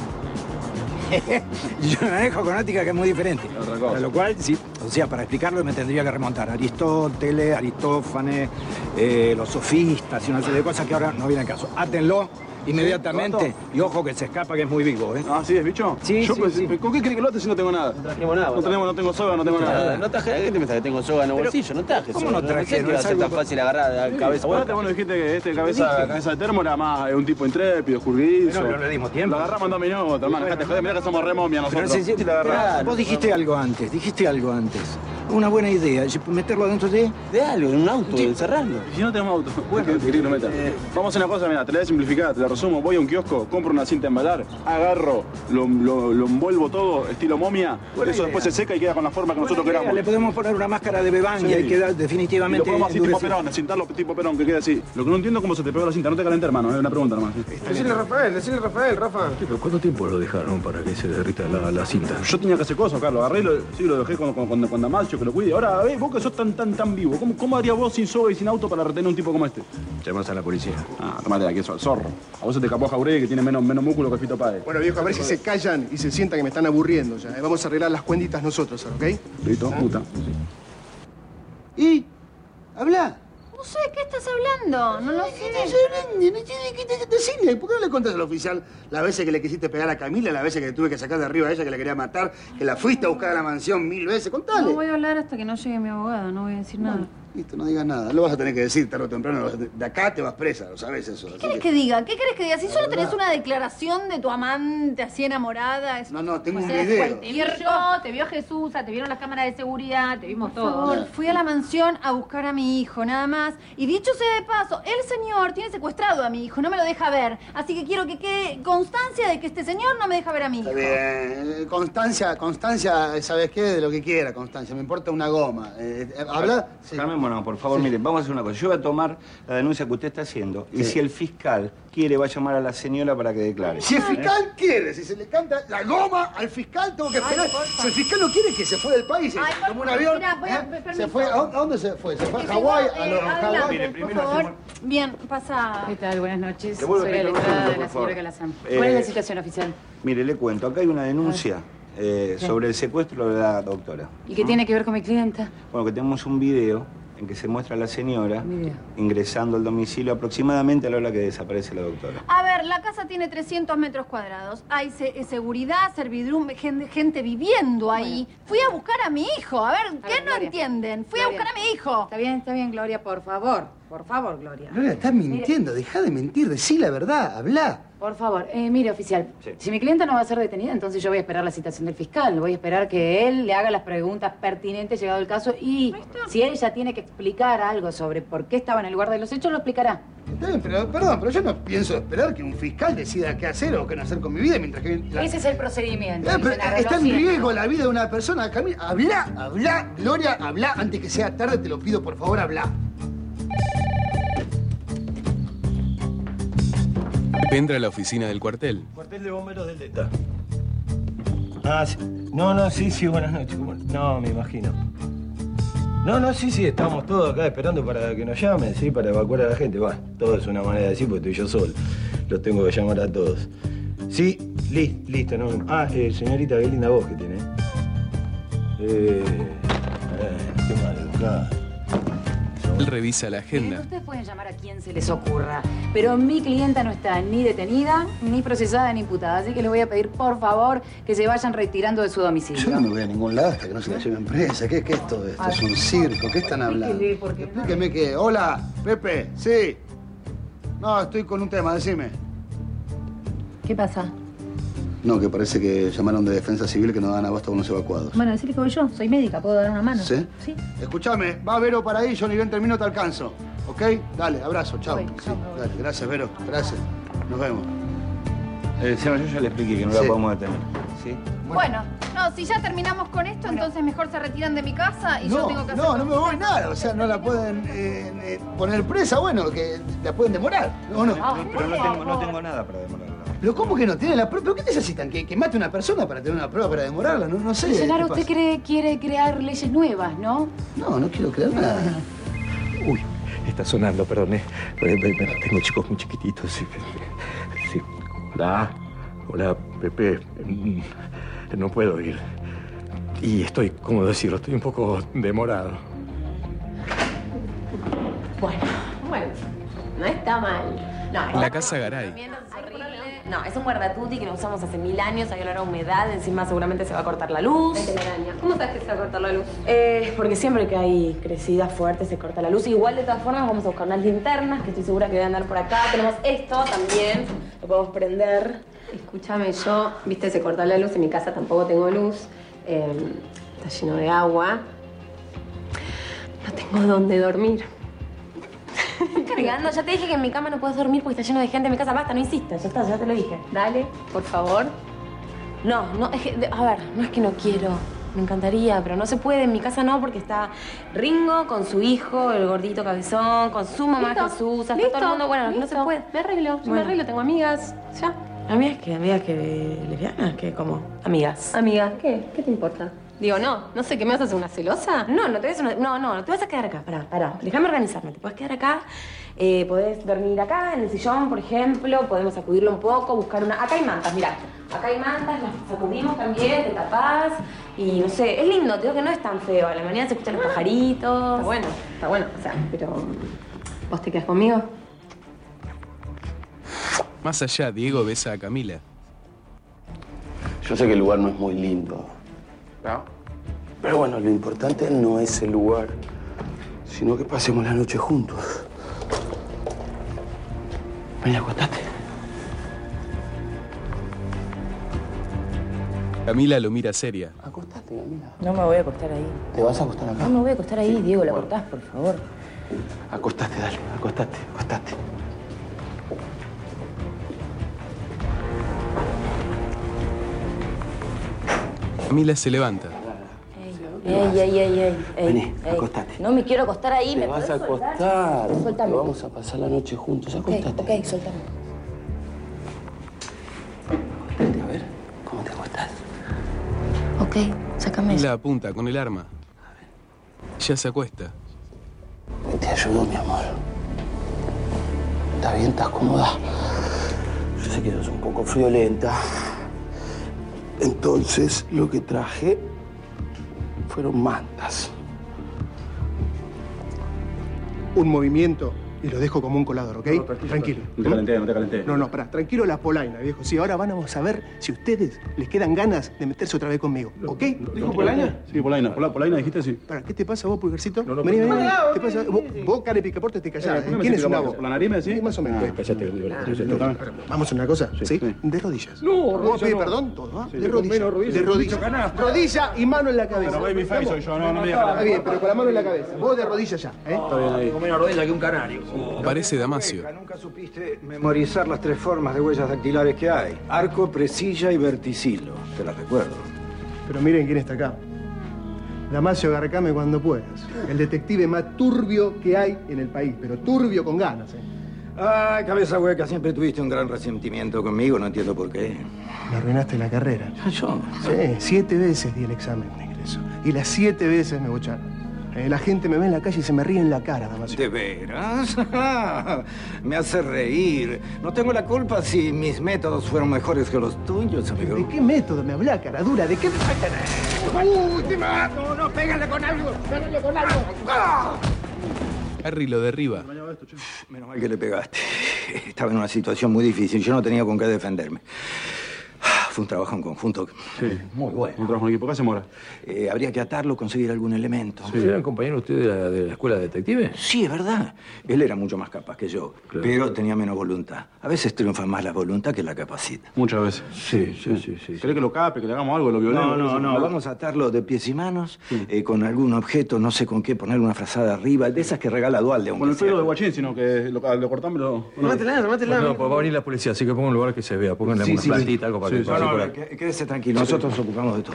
Yo me manejo con ética que es muy diferente. Para lo cual, sí, o sea, para explicarlo me tendría que remontar a Aristóteles, Aristófanes, los sofistas y una serie de cosas que ahora no vienen al caso. Átenlo inmediatamente y ojo que se escapa, que es muy vivo, ¿eh? Ah, ¿sí es bicho? Sí, Yo, sí. ¿Con qué crees que lo haces si no tengo nada? No trajimos nada. No tengo soga, no tengo nada. No traje, ¿qué te pensás que tengo soga en el bolsillo? No traje. ¿Cómo no traje? sé que va a ser tan fácil agarrar a la cabeza. Bueno, dijiste que este cabeza de termo era más un tipo intrépido, escurridizo. No le dimos tiempo. Lo agarramos en 2 minutos, hermano. Dejate joder, mirá que somos remomia nosotros. Pero la agarramos. vos dijiste algo antes. Una buena idea, meterlo dentro de algo, en un auto, encerrarlo. Y si no tenemos auto, bueno, ¿qué lo metas? Vamos a hacer una cosa, mira, te la voy a simplificar, te la resumo. Voy a un kiosco, compro una cinta a embalar, agarro, lo envuelvo todo, estilo momia. Eso después se seca y queda con la forma que nosotros queramos. Le podemos poner una máscara de bebán y ahí queda definitivamente. Y lo ponemos así tipo Perón, cintarlo tipo Perón, que quede así. Lo que no entiendo es cómo se te pegó la cinta, no te calenté, hermano, es una pregunta nomás. Decirle a Rafael, Rafa. Sí, pero ¿cuánto tiempo lo dejaron para que se derrita la cinta? Yo tenía que hacer cosas, Carlos, agarré y lo dejé con Damasio, que lo cuide. Ahora, vos que sos tan vivo, ¿cómo harías vos sin soga y sin auto para retener un tipo como este? Llamás a la policía. Ah, tomate aquí, eso, el zorro. A vos se te escapó Jauregui, que tiene menos músculo que Fito Páez. Bueno, viejo, a ver si se callan y se sientan que me están aburriendo ya. Vamos a arreglar las cuentitas nosotros, ¿ok? Listo, puta. ¿Y? ¿Habla? No sé, ¿qué estás hablando? No lo sé. Decime, ¿por qué no le contás al oficial las veces que le quisiste pegar a Camila, las veces que le tuve que sacar de arriba a ella, que le quería matar, que la fuiste a buscar a la mansión 1000 veces? Contale. No voy a hablar hasta que no llegue mi abogado, no voy a decir nada. Listo, no digas nada. Lo vas a tener que decir tarde o temprano. De acá te vas presa, lo sabes eso. ¿Qué querés que diga? ¿Qué querés que diga? Si solo tenés una declaración de tu amante así enamorada... No, tengo un video. Te vio Jesús, te vieron las cámaras de seguridad, te vimos todo. Por favor, fui a la mansión a buscar a mi hijo, nada más. Y dicho sea de paso, el señor tiene secuestrado a mi hijo, no me lo deja ver. Así que quiero que quede constancia de que este señor no me deja ver a mi hijo. Está bien. Constancia, ¿sabes qué? De lo que quiera, Constancia. Me importa una goma. ¿Habla? Sí. Calmémonos, por favor. Sí. Mire, vamos a hacer una cosa. Yo voy a tomar la denuncia que usted está haciendo. Sí. Y si el fiscal quiere, va a llamar a la señora para que declare. Si el fiscal quiere, si se le canta la goma al fiscal, tengo que esperar. Si el fiscal no quiere, que se fue del país. Tomó un avión. Mira, se fue. ¿A dónde se fue? ¿Se fue a Hawái? Por favor. Bien, pasa. ¿Qué tal? Buenas noches. Soy la letrada de la señora Calazán. ¿Cuál es la situación oficial? Mire, le cuento. Acá hay una denuncia sobre el secuestro de la doctora. ¿Y qué tiene que ver con mi clienta? Bueno, que tenemos un video en que se muestra a la señora ingresando al domicilio aproximadamente a la hora que desaparece la doctora. A ver, la casa tiene 300 metros cuadrados. Hay seguridad, servidumbre, gente viviendo ahí. Bueno. Fui a buscar a mi hijo. A ver, ¿qué no entienden? Fui a buscar a mi hijo. Está bien, Gloria, por favor. Por favor, Gloria. Gloria, estás mintiendo. Dejá de mentir, decí la verdad, hablá. Por favor, mire, oficial, si mi clienta no va a ser detenida, entonces yo voy a esperar la citación del fiscal. Voy a esperar que él le haga las preguntas pertinentes llegado el caso y si ella tiene que explicar algo sobre por qué estaba en el lugar de los hechos, lo explicará. Está bien, pero yo no pienso esperar que un fiscal decida qué hacer o qué no hacer con mi vida mientras que... Ese es el procedimiento. Está en riesgo la vida de una persona. Camila, habla, Gloria, habla. Antes que sea tarde, te lo pido, por favor, habla. Entra a la oficina del cuartel. Cuartel de bomberos del Delta. Ah, sí. No, sí, buenas noches. No, me imagino. No, sí, estamos todos acá esperando para que nos llamen, sí, para evacuar a la gente. Va, todo es una manera de decir porque estoy yo solo. Los tengo que llamar a todos. Sí, listo, no. Señorita, qué linda voz que tiene. Qué mal educada. Él revisa la agenda. Ustedes pueden llamar a quien se les ocurra, pero mi clienta no está ni detenida, ni procesada, ni imputada. Así que les voy a pedir, por favor, que se vayan retirando de su domicilio. Yo no me voy a ningún lado hasta que no se la lleven presa. ¿Qué es todo esto? Es un circo. ¿Qué están hablando? Explíqueme qué. Hola, Pepe. Sí. No, estoy con un tema. Decime. ¿Qué pasa? No, que parece que llamaron de Defensa Civil que no dan abasto a unos evacuados. Bueno, decirle que voy yo. Soy médica, ¿puedo dar una mano? ¿Sí? Sí. Escuchame, va Vero para ahí, yo ni bien termino te alcanzo. ¿Ok? Dale, abrazo, chao. Sí, dale, gracias, Vero, gracias. Nos vemos. Señor, yo ya le expliqué que no la podemos detener. ¿Sí? Bueno, no, si ya terminamos con esto, entonces mejor se retiran de mi casa y yo tengo que hacer... No me voy nada. O sea, no la pueden poner presa, bueno, que la pueden demorar. ¿O no? Pero no tengo nada para demorarla. ¿Pero cómo que no? ¿Tienen la prueba? ¿Pero qué necesitan? ¿Que mate a una persona para tener una prueba para demorarla? No sé. Genaro, usted quiere crear leyes nuevas, ¿no? No quiero crear nada. Uy, está sonando, perdón. Tengo chicos muy chiquititos. Sí. Hola, Pepe. No puedo ir. Y estoy, ¿cómo decirlo? Estoy un poco demorado. Bueno, no está mal. No, La casa Garay. No, es un guardatuti que lo usamos hace 1000 años, hay olor a humedad, encima seguramente se va a cortar la luz. ¿Cómo sabes que se va a cortar la luz? Porque siempre que hay crecidas fuertes se corta la luz. Igual, de todas formas, vamos a buscar unas linternas, que estoy segura que deben andar por acá. Tenemos esto también, lo podemos prender. Escúchame, yo, viste, se cortó la luz, en mi casa tampoco tengo luz. Está lleno de agua. No tengo dónde dormir. Cargando, ya te dije que en mi cama no puedes dormir porque está lleno de gente en mi casa. Basta, no insistas, ya te lo dije. Dale, por favor. No, es que, a ver, no es que no quiero. Me encantaría, pero no se puede. En mi casa no, porque está Ringo con su hijo, el gordito cabezón, con su mamá Jesús. Está todo el mundo, bueno, no se puede. Me arreglo, yo me arreglo, tengo amigas, ya. ¿Amigas qué? ¿Amigas que lesbianas? ¿Qué? ¿Cómo? Amigas. ¿Amigas qué? ¿Qué te importa? Digo, no sé, ¿qué me vas a hacer, una celosa? No te vas a quedar acá, pará. Déjame organizarme, te puedes quedar acá, podés dormir acá, en el sillón, por ejemplo, podemos sacudirlo un poco, buscar una... Acá hay mantas, mirá, acá hay mantas, las sacudimos también, te tapás, y no sé, es lindo, te digo que no es tan feo, a la mañana se escuchan los pajaritos. Está bueno, o sea, pero... ¿Vos te quedás conmigo? Más allá, Diego besa a Camila. Yo sé que el lugar no es muy lindo, ¿no? Pero bueno, lo importante no es el lugar, sino que pasemos la noche juntos. Ven, acostate. Camila lo mira seria. Acostate, Camila. No me voy a acostar ahí. ¿Te vas a acostar acá? No me voy a acostar ahí, Diego, la cortás, por favor. Acostate, dale, acostate. Camila se levanta. Ey. Vení, acostate. No me quiero acostar ahí, Te ¿me vas podés a soltar? acostar. Soltame. Vamos a pasar la noche juntos. Acostate. Ok, soltame. Acostate, a ver. ¿Cómo te acostás? Ok, sácame eso. Camila apunta con el arma. Ella se acuesta. Te ayudo, mi amor. ¿Estás bien? ¿Estás cómoda? Yo sé que sos un poco friolenta. Entonces, lo que traje fueron mantas. Un movimiento y lo dejo como un colador, ¿ok? No, tranquilo. No te calenté, no te calenté. No, pará, tranquilo la polaina, viejo. Sí, ahora vamos a ver si a ustedes les quedan ganas de meterse otra vez conmigo, ¿ok? ¿Dijo polaina? Sí, polaina. Polaina dijiste sí. Pará, ¿qué te pasa vos, Pulgarcito? Vení. ¿Qué pasa? Vos, cara de picaporte, te callás. ¿Quién es una voz? ¿Por la nariz me decís? Sí, más o menos. Cállate. Vamos a una cosa, ¿sí? De rodillas. No, ¿Vos pedís perdón? Todo, ¿ah? De rodillas. De rodillas. Rodilla y mano en la cabeza. Pero babyface soy yo, no me digas. Está bien, pero con la mano en la cabeza. Vos de rodillas ya, ¿eh? Está bien ahí. Con menos rodilla que un canario. Aparece Damasio. Nunca supiste memorizar las 3 formas de huellas dactilares que hay. Arco, presilla y verticilo. Te las recuerdo. Pero miren quién está acá. Damasio, agarcame cuando puedas. El detective más turbio que hay en el país, pero turbio con ganas, ¿eh? Ay, cabeza hueca, siempre tuviste un gran resentimiento conmigo, no entiendo por qué. Me arruinaste la carrera. ¿Yo? Sí, 7 veces di el examen de ingreso. Y las 7 veces me bocharon. La gente me ve en la calle y se me ríe en la cara, Damasio. ¿De veras? Me hace reír. No tengo la culpa si mis métodos fueron mejores que los tuyos, amigo. ¿De qué método me habla, cara dura? ¿De qué me ¡Te mato! ¡No, pégale con algo! ¡Pégale con algo! ¡Ah! Harry lo derriba. Menos mal que le pegaste. Estaba en una situación muy difícil. Yo no tenía con qué defenderme. Fue un trabajo en conjunto. Sí. Muy bueno. Un trabajo en equipo. ¿Qué hacemos ahora? Habría que atarlo, conseguir algún elemento. Sí. ¿Eran compañeros ustedes de la escuela de detectives? Sí, es verdad. Él era mucho más capaz que yo, claro, pero tenía menos voluntad. A veces triunfa más la voluntad que la capacidad. Muchas veces. Sí. ¿Querés que lo cape, que le hagamos algo, lo violemos? No. Vamos a atarlo de pies y manos, con algún objeto, no sé con qué, ponerle una frazada arriba, de esas que regala Dualde. Con el pelo de guachín, sino que lo cortamos. Mátela. No, pues va a venir la policía, así que pongan un lugar que se vea. Pónganle una plantita, algo para que pase por ahí. Quédese tranquilo, nosotros nos ocupamos de todo.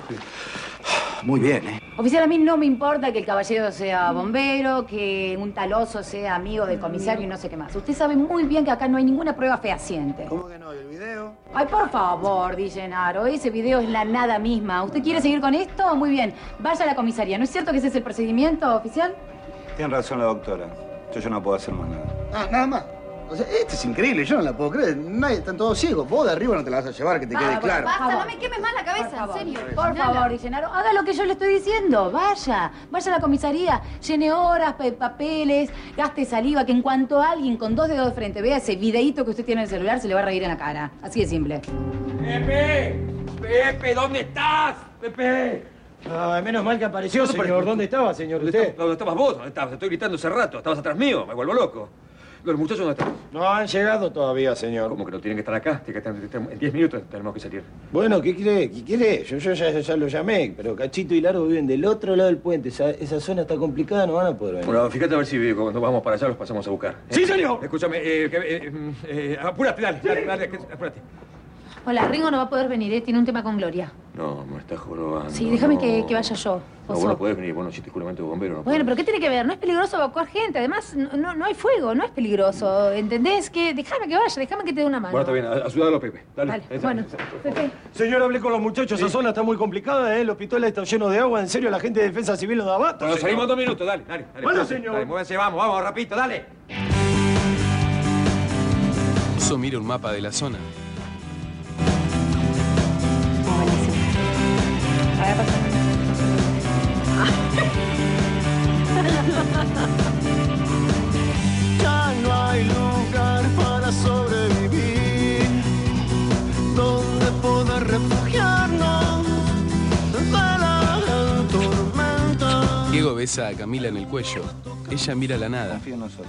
Muy bien, ¿eh? Oficial, a mí no me importa que el caballero sea bombero, que un taloso sea amigo del comisario y no sé qué más. Usted sabe muy bien que acá no hay ninguna prueba fehaciente. ¿Cómo que no? ¿Y el video? Ay, por favor, Di Gennaro, ese video es la nada misma. ¿Usted quiere seguir con esto? Muy bien, vaya a la comisaría. ¿No es cierto que ese es el procedimiento, oficial? Tiene razón la doctora. Yo no puedo hacer más nada. Ah, nada más. O sea, esto es increíble, yo no la puedo creer. Nadie, están todos ciegos. Vos de arriba no te la vas a llevar, que te quede claro. Basta, no me quemes más la cabeza, en serio. Por favor, Di Gennaro, haga lo que yo le estoy diciendo. Vaya a la comisaría, llene horas, papeles, gaste saliva, que en cuanto alguien con 2 dedos de frente vea ese videíto que usted tiene en el celular, se le va a reír en la cara. Así de simple. ¡Pepe! ¿Dónde estás? ¡Pepe! Ay, menos mal que apareció, señor. ¿Dónde estaba, señor? ¿Usted? ¿Dónde estabas vos? ¿Dónde estabas? Te estoy gritando hace rato. Estabas atrás mío. Me vuelvo loco. ¿Los muchachos dónde están? No han llegado todavía, señor. ¿Cómo que no tienen que estar acá? Tienen que estar en 10 minutos tenemos que salir. Bueno, ¿qué quiere? Yo ya lo llamé, pero Cachito y Largo viven del otro lado del puente. Esa zona está complicada, no van a poder venir. Bueno, fíjate a ver si cuando vamos para allá los pasamos a buscar. ¡Sí, señor! Escúchame, apúrate, dale, apúrate. Hola, Ringo no va a poder venir, tiene un tema con Gloria. No, me estás jorobando. Sí, déjame que vaya yo. No, vos no podés venir, vos no hiciste juramento de bombero. Bueno, pero ¿qué tiene que ver? No es peligroso evacuar gente, además no hay fuego, no es peligroso, ¿entendés? Déjame que vaya, déjame que te dé una mano. Bueno, está bien, ayúdalo, Pepe. Dale. Bueno, Pepe. Señor, hablé con los muchachos, esa zona está muy complicada, ¿eh? El hospital está lleno de agua, en serio, la gente de Defensa Civil nos da abasto. Bueno, salimos 2 minutos, dale. Bueno, señor. Dale, muévanse, vamos, rapidito, dale. Oso mira un mapa de la zona. Ya no hay lugar para sobrevivir, donde poder refugiarnos de la tormenta. Diego besa a Camila en el cuello. Ella mira la nada. Confía en nosotros.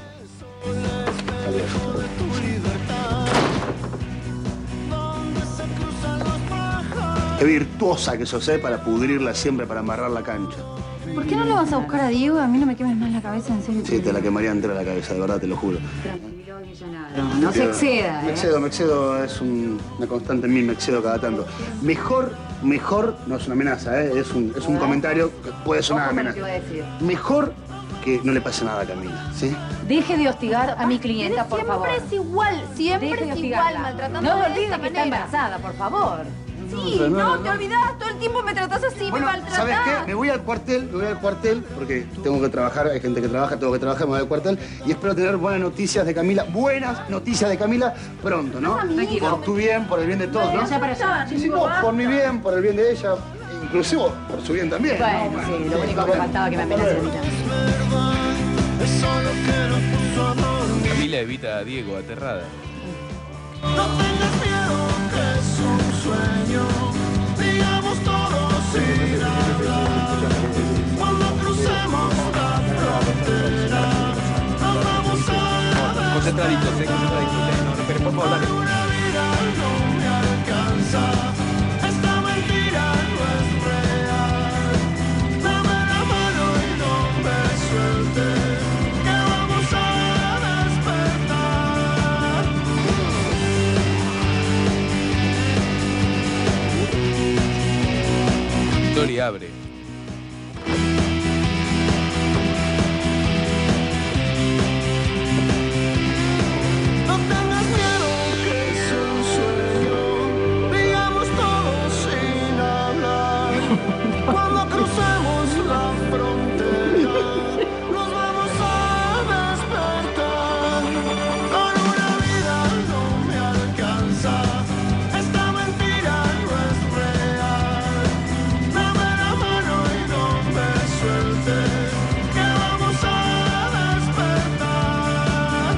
Qué virtuosa que sos, para pudrirla siempre, para amarrar la cancha. ¿Por qué no lo vas a buscar a Diego? A mí no me quemes más la cabeza, en serio. Sí, te la quemaría entera la cabeza, de verdad, te lo juro. No se exceda, Me excedo, es una constante en mí, me excedo cada tanto. Mejor, no es una amenaza, es un comentario que puede sonar amenaza. Mejor que no le pase nada a Camila, ¿sí? Deje de hostigar a mi clienta, por favor. Siempre es igual, maltratando no de me olvide esta que está manera. embarazada, por favor. Sí, no, te olvidás, todo el tiempo me tratás así, Bueno, me maltratás. ¿sabes qué? Me voy al cuartel, porque tengo que trabajar, hay gente que trabaja, tengo que trabajar, me voy al cuartel y espero tener buenas noticias de Camila pronto, ¿no? Por tu bien, por el bien de todos, ¿no? Allá para allá. Sí, por mi bien, por el bien de ella, inclusive por su bien también. Bueno, sí, lo único que faltaba que me amenacen a mí también. Es solo que nos puso a dormir. Camila evita a Diego aterrada. No tengas miedo, que es un sueño. Digamos todo sin hablar. Cuando crucemos la frontera, nos vamos a Concentraditos, concentraditos. No, pero por favor, dale. Una vida no me alcanza. Esta mentira no es real. Dame la mano y no me sueltes, que vamos a despertar. Gloria abre. No tengas miedo, que es un sueño. Digamos todo sin hablar. Cuando crucemos la frontera, nos vamos a despertar. Con una vida no me alcanza. Esta mentira no es real. Dame la mano y no me sueltes, que vamos a despertar.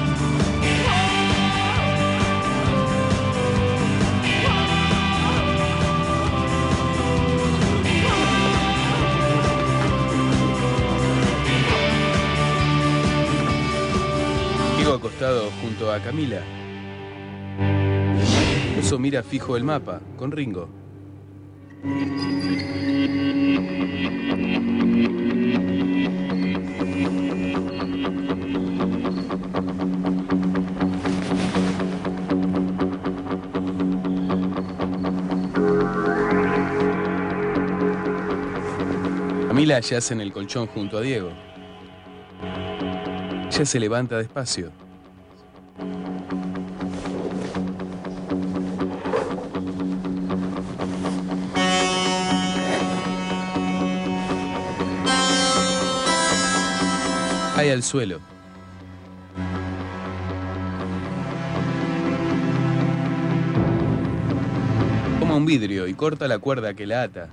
Diego acostado junto a Camila. Oso mira fijo el mapa, con Ringo. Camila yace en el colchón junto a Diego. Ella se levanta despacio. Cae al suelo. Toma un vidrio y corta la cuerda que la ata.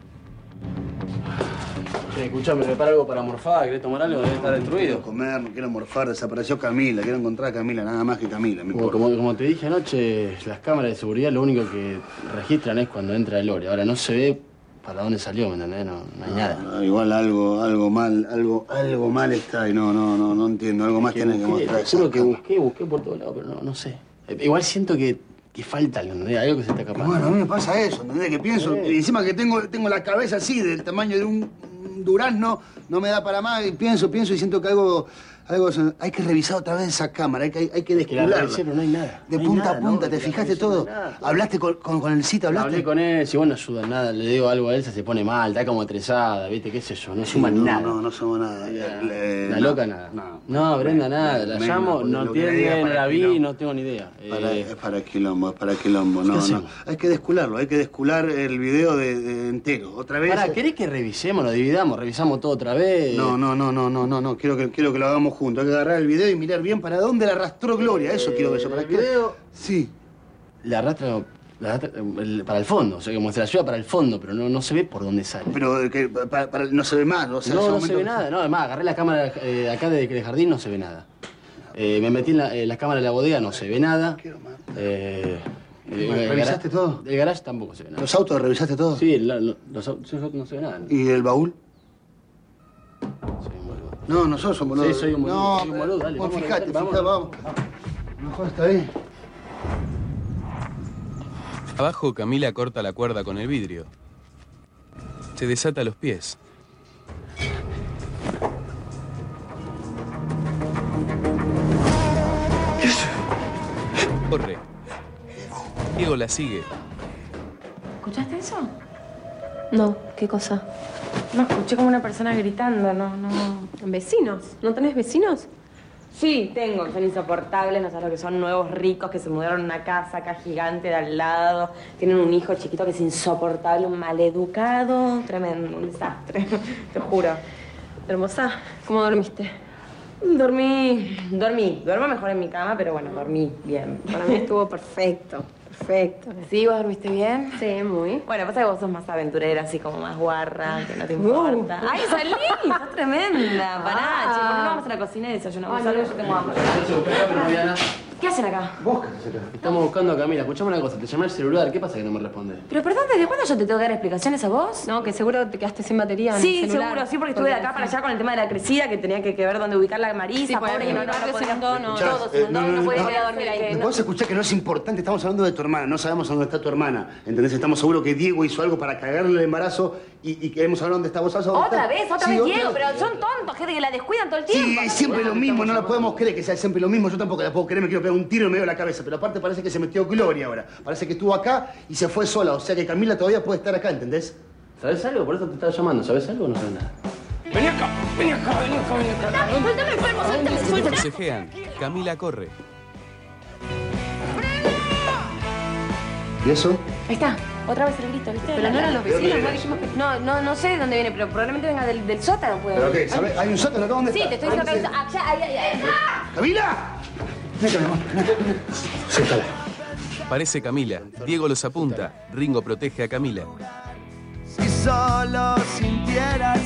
Escuchame, ¿me para algo para morfar? ¿Querés tomar algo? Debe estar destruido. No quiero comer, no quiero morfar, desapareció Camila. Quiero encontrar a Camila, nada más que Camila. Como te dije anoche, las cámaras de seguridad lo único que registran es cuando entra el Gloria. Ahora no se ve para dónde salió, ¿me entendés? No hay nada. No, igual algo mal está y no entiendo. Algo más tiene que mostrar. Seguro que busqué por todos lados, pero no sé. Igual siento que falta algo, ¿entendés? Algo que se está escapando. Bueno, a mí me pasa eso, ¿entendés? Que pienso, y encima que tengo la cabeza así, del tamaño de un durazno, no me da para más, y pienso y siento que algo hay que revisar otra vez esa cámara, hay que descubrirla. Pero no hay nada. De punta a punta, ¿te fijaste todo? ¿Hablaste con el Cita? ¿Hablaste? Hablé con él, si vos no ayudas nada, le digo algo a Elsa, se pone mal, está como estresada, ¿viste? ¿Qué sé yo? No suma nada. No somos nada. La loca nada. No, Brenda nada, la llamo, no entiende, no la vi, no tengo ni idea. Es para quilombo. No. Hay que descularlo, el video de entero, otra vez. ¿Querés que revisemos, lo dividamos, revisamos todo otra vez? No, quiero que lo hagamos juntos. Hay que agarrar el video y mirar bien para dónde la arrastró Gloria. Eso quiero ver yo. ¿Para el video? Sí. La arrastra para el fondo, o sea, como se la lleva para el fondo, pero no se ve por dónde sale. Pero no se ve más, o sea, no se ve nada. No, además, agarré la cámara acá de jardín, no se ve nada. Me metí en la cámara de la bodega, no se ve nada. ¿Revisaste todo? El garage tampoco se ve nada. ¿Los autos revisaste todo? Sí, los autos no se ve nada. ¿Y el baúl? Soy un boludo. No sos un boludo. Sí, soy un boludo. Dale, vamos, fijate, vamos. Mejor está bien. Abajo, Camila corta la cuerda con el vidrio. Se desata los pies. Corre. Diego la sigue. ¿Escuchaste eso? No, ¿qué cosa? No, escuché como una persona gritando, no. ¿Vecinos? ¿No tenés vecinos? Sí, tengo, son insoportables, no sabes lo que son, nuevos ricos que se mudaron a una casa acá gigante de al lado, tienen un hijo chiquito que es insoportable, un maleducado, tremendo, un desastre, te juro. Hermosa, ¿cómo dormiste? Duermo mejor en mi cama, pero bueno, dormí bien. Para mí estuvo perfecto. Perfecto. ¿Sí? ¿Vos dormiste bien? Sí, muy. Bueno, pasa que vos sos más aventurera, así como más guarra, que no te importa. ¡Ay, salí! ¡Sos tremenda! Pará, che, ¿por qué no vamos a la cocina y desayunamos algo? Yo tengo hambre. ¿Qué hacen acá? ¿Vos qué haces acá? Estamos buscando a Camila. Escuchame una cosa, te llamé al celular. ¿Qué pasa que no me respondes? Pero perdón, ¿desde cuándo yo te tengo que dar explicaciones a vos? No, que seguro te quedaste sin batería en el Sí, celular. seguro, sí, porque estuve de acá para allá con el tema de la crecida, que tenía que ver dónde ubicar la Marisa, Sí, pobre, que no podía. se inundó, no. Todo se inundó, no podía ir a dormir ahí. ¿Me podés escuchar que no es importante? Estamos hablando de tu hermana, no sabemos dónde está tu hermana. ¿Entendés? Estamos seguros que Diego hizo algo para cagarle el embarazo y queremos saber dónde está. ¿Vos sabés dónde Otra está? vez, otra Sí, vez, Diego, pero son tontos, gente que la descuidan todo el tiempo. Sí, es siempre lo mismo, no la podemos creer que sea siempre lo mismo. Yo tampoco la puedo creer, me quiero pegar un tiro en medio de la cabeza. Pero aparte parece que se metió Gloria ahora. Parece que estuvo acá y se fue sola. O sea que Camila todavía puede estar acá, ¿entendés? ¿Sabes algo? Por eso te estaba llamando. ¿Sabes algo o no sabes nada? Vení acá, vení acá, vení acá, vení acá. Suéltame el cuerpo, suéltame. Forcejean. Camila corre. ¿Y eso? Ahí está, otra vez el grito, ¿viste? Pero no eran los vecinos, no dijimos que... No sé de dónde viene, pero probablemente venga del sótano, puede. ¿Pero qué? ¿Sabés? ¿Hay un sótano acá? ¿Dónde Sí, está? te estoy diciendo que allá, ahí. ¡Camila! Ven acá, mi amor. Siéntala. Parece Camila. Diego los apunta. Ringo protege a Camila. Si solo sintiera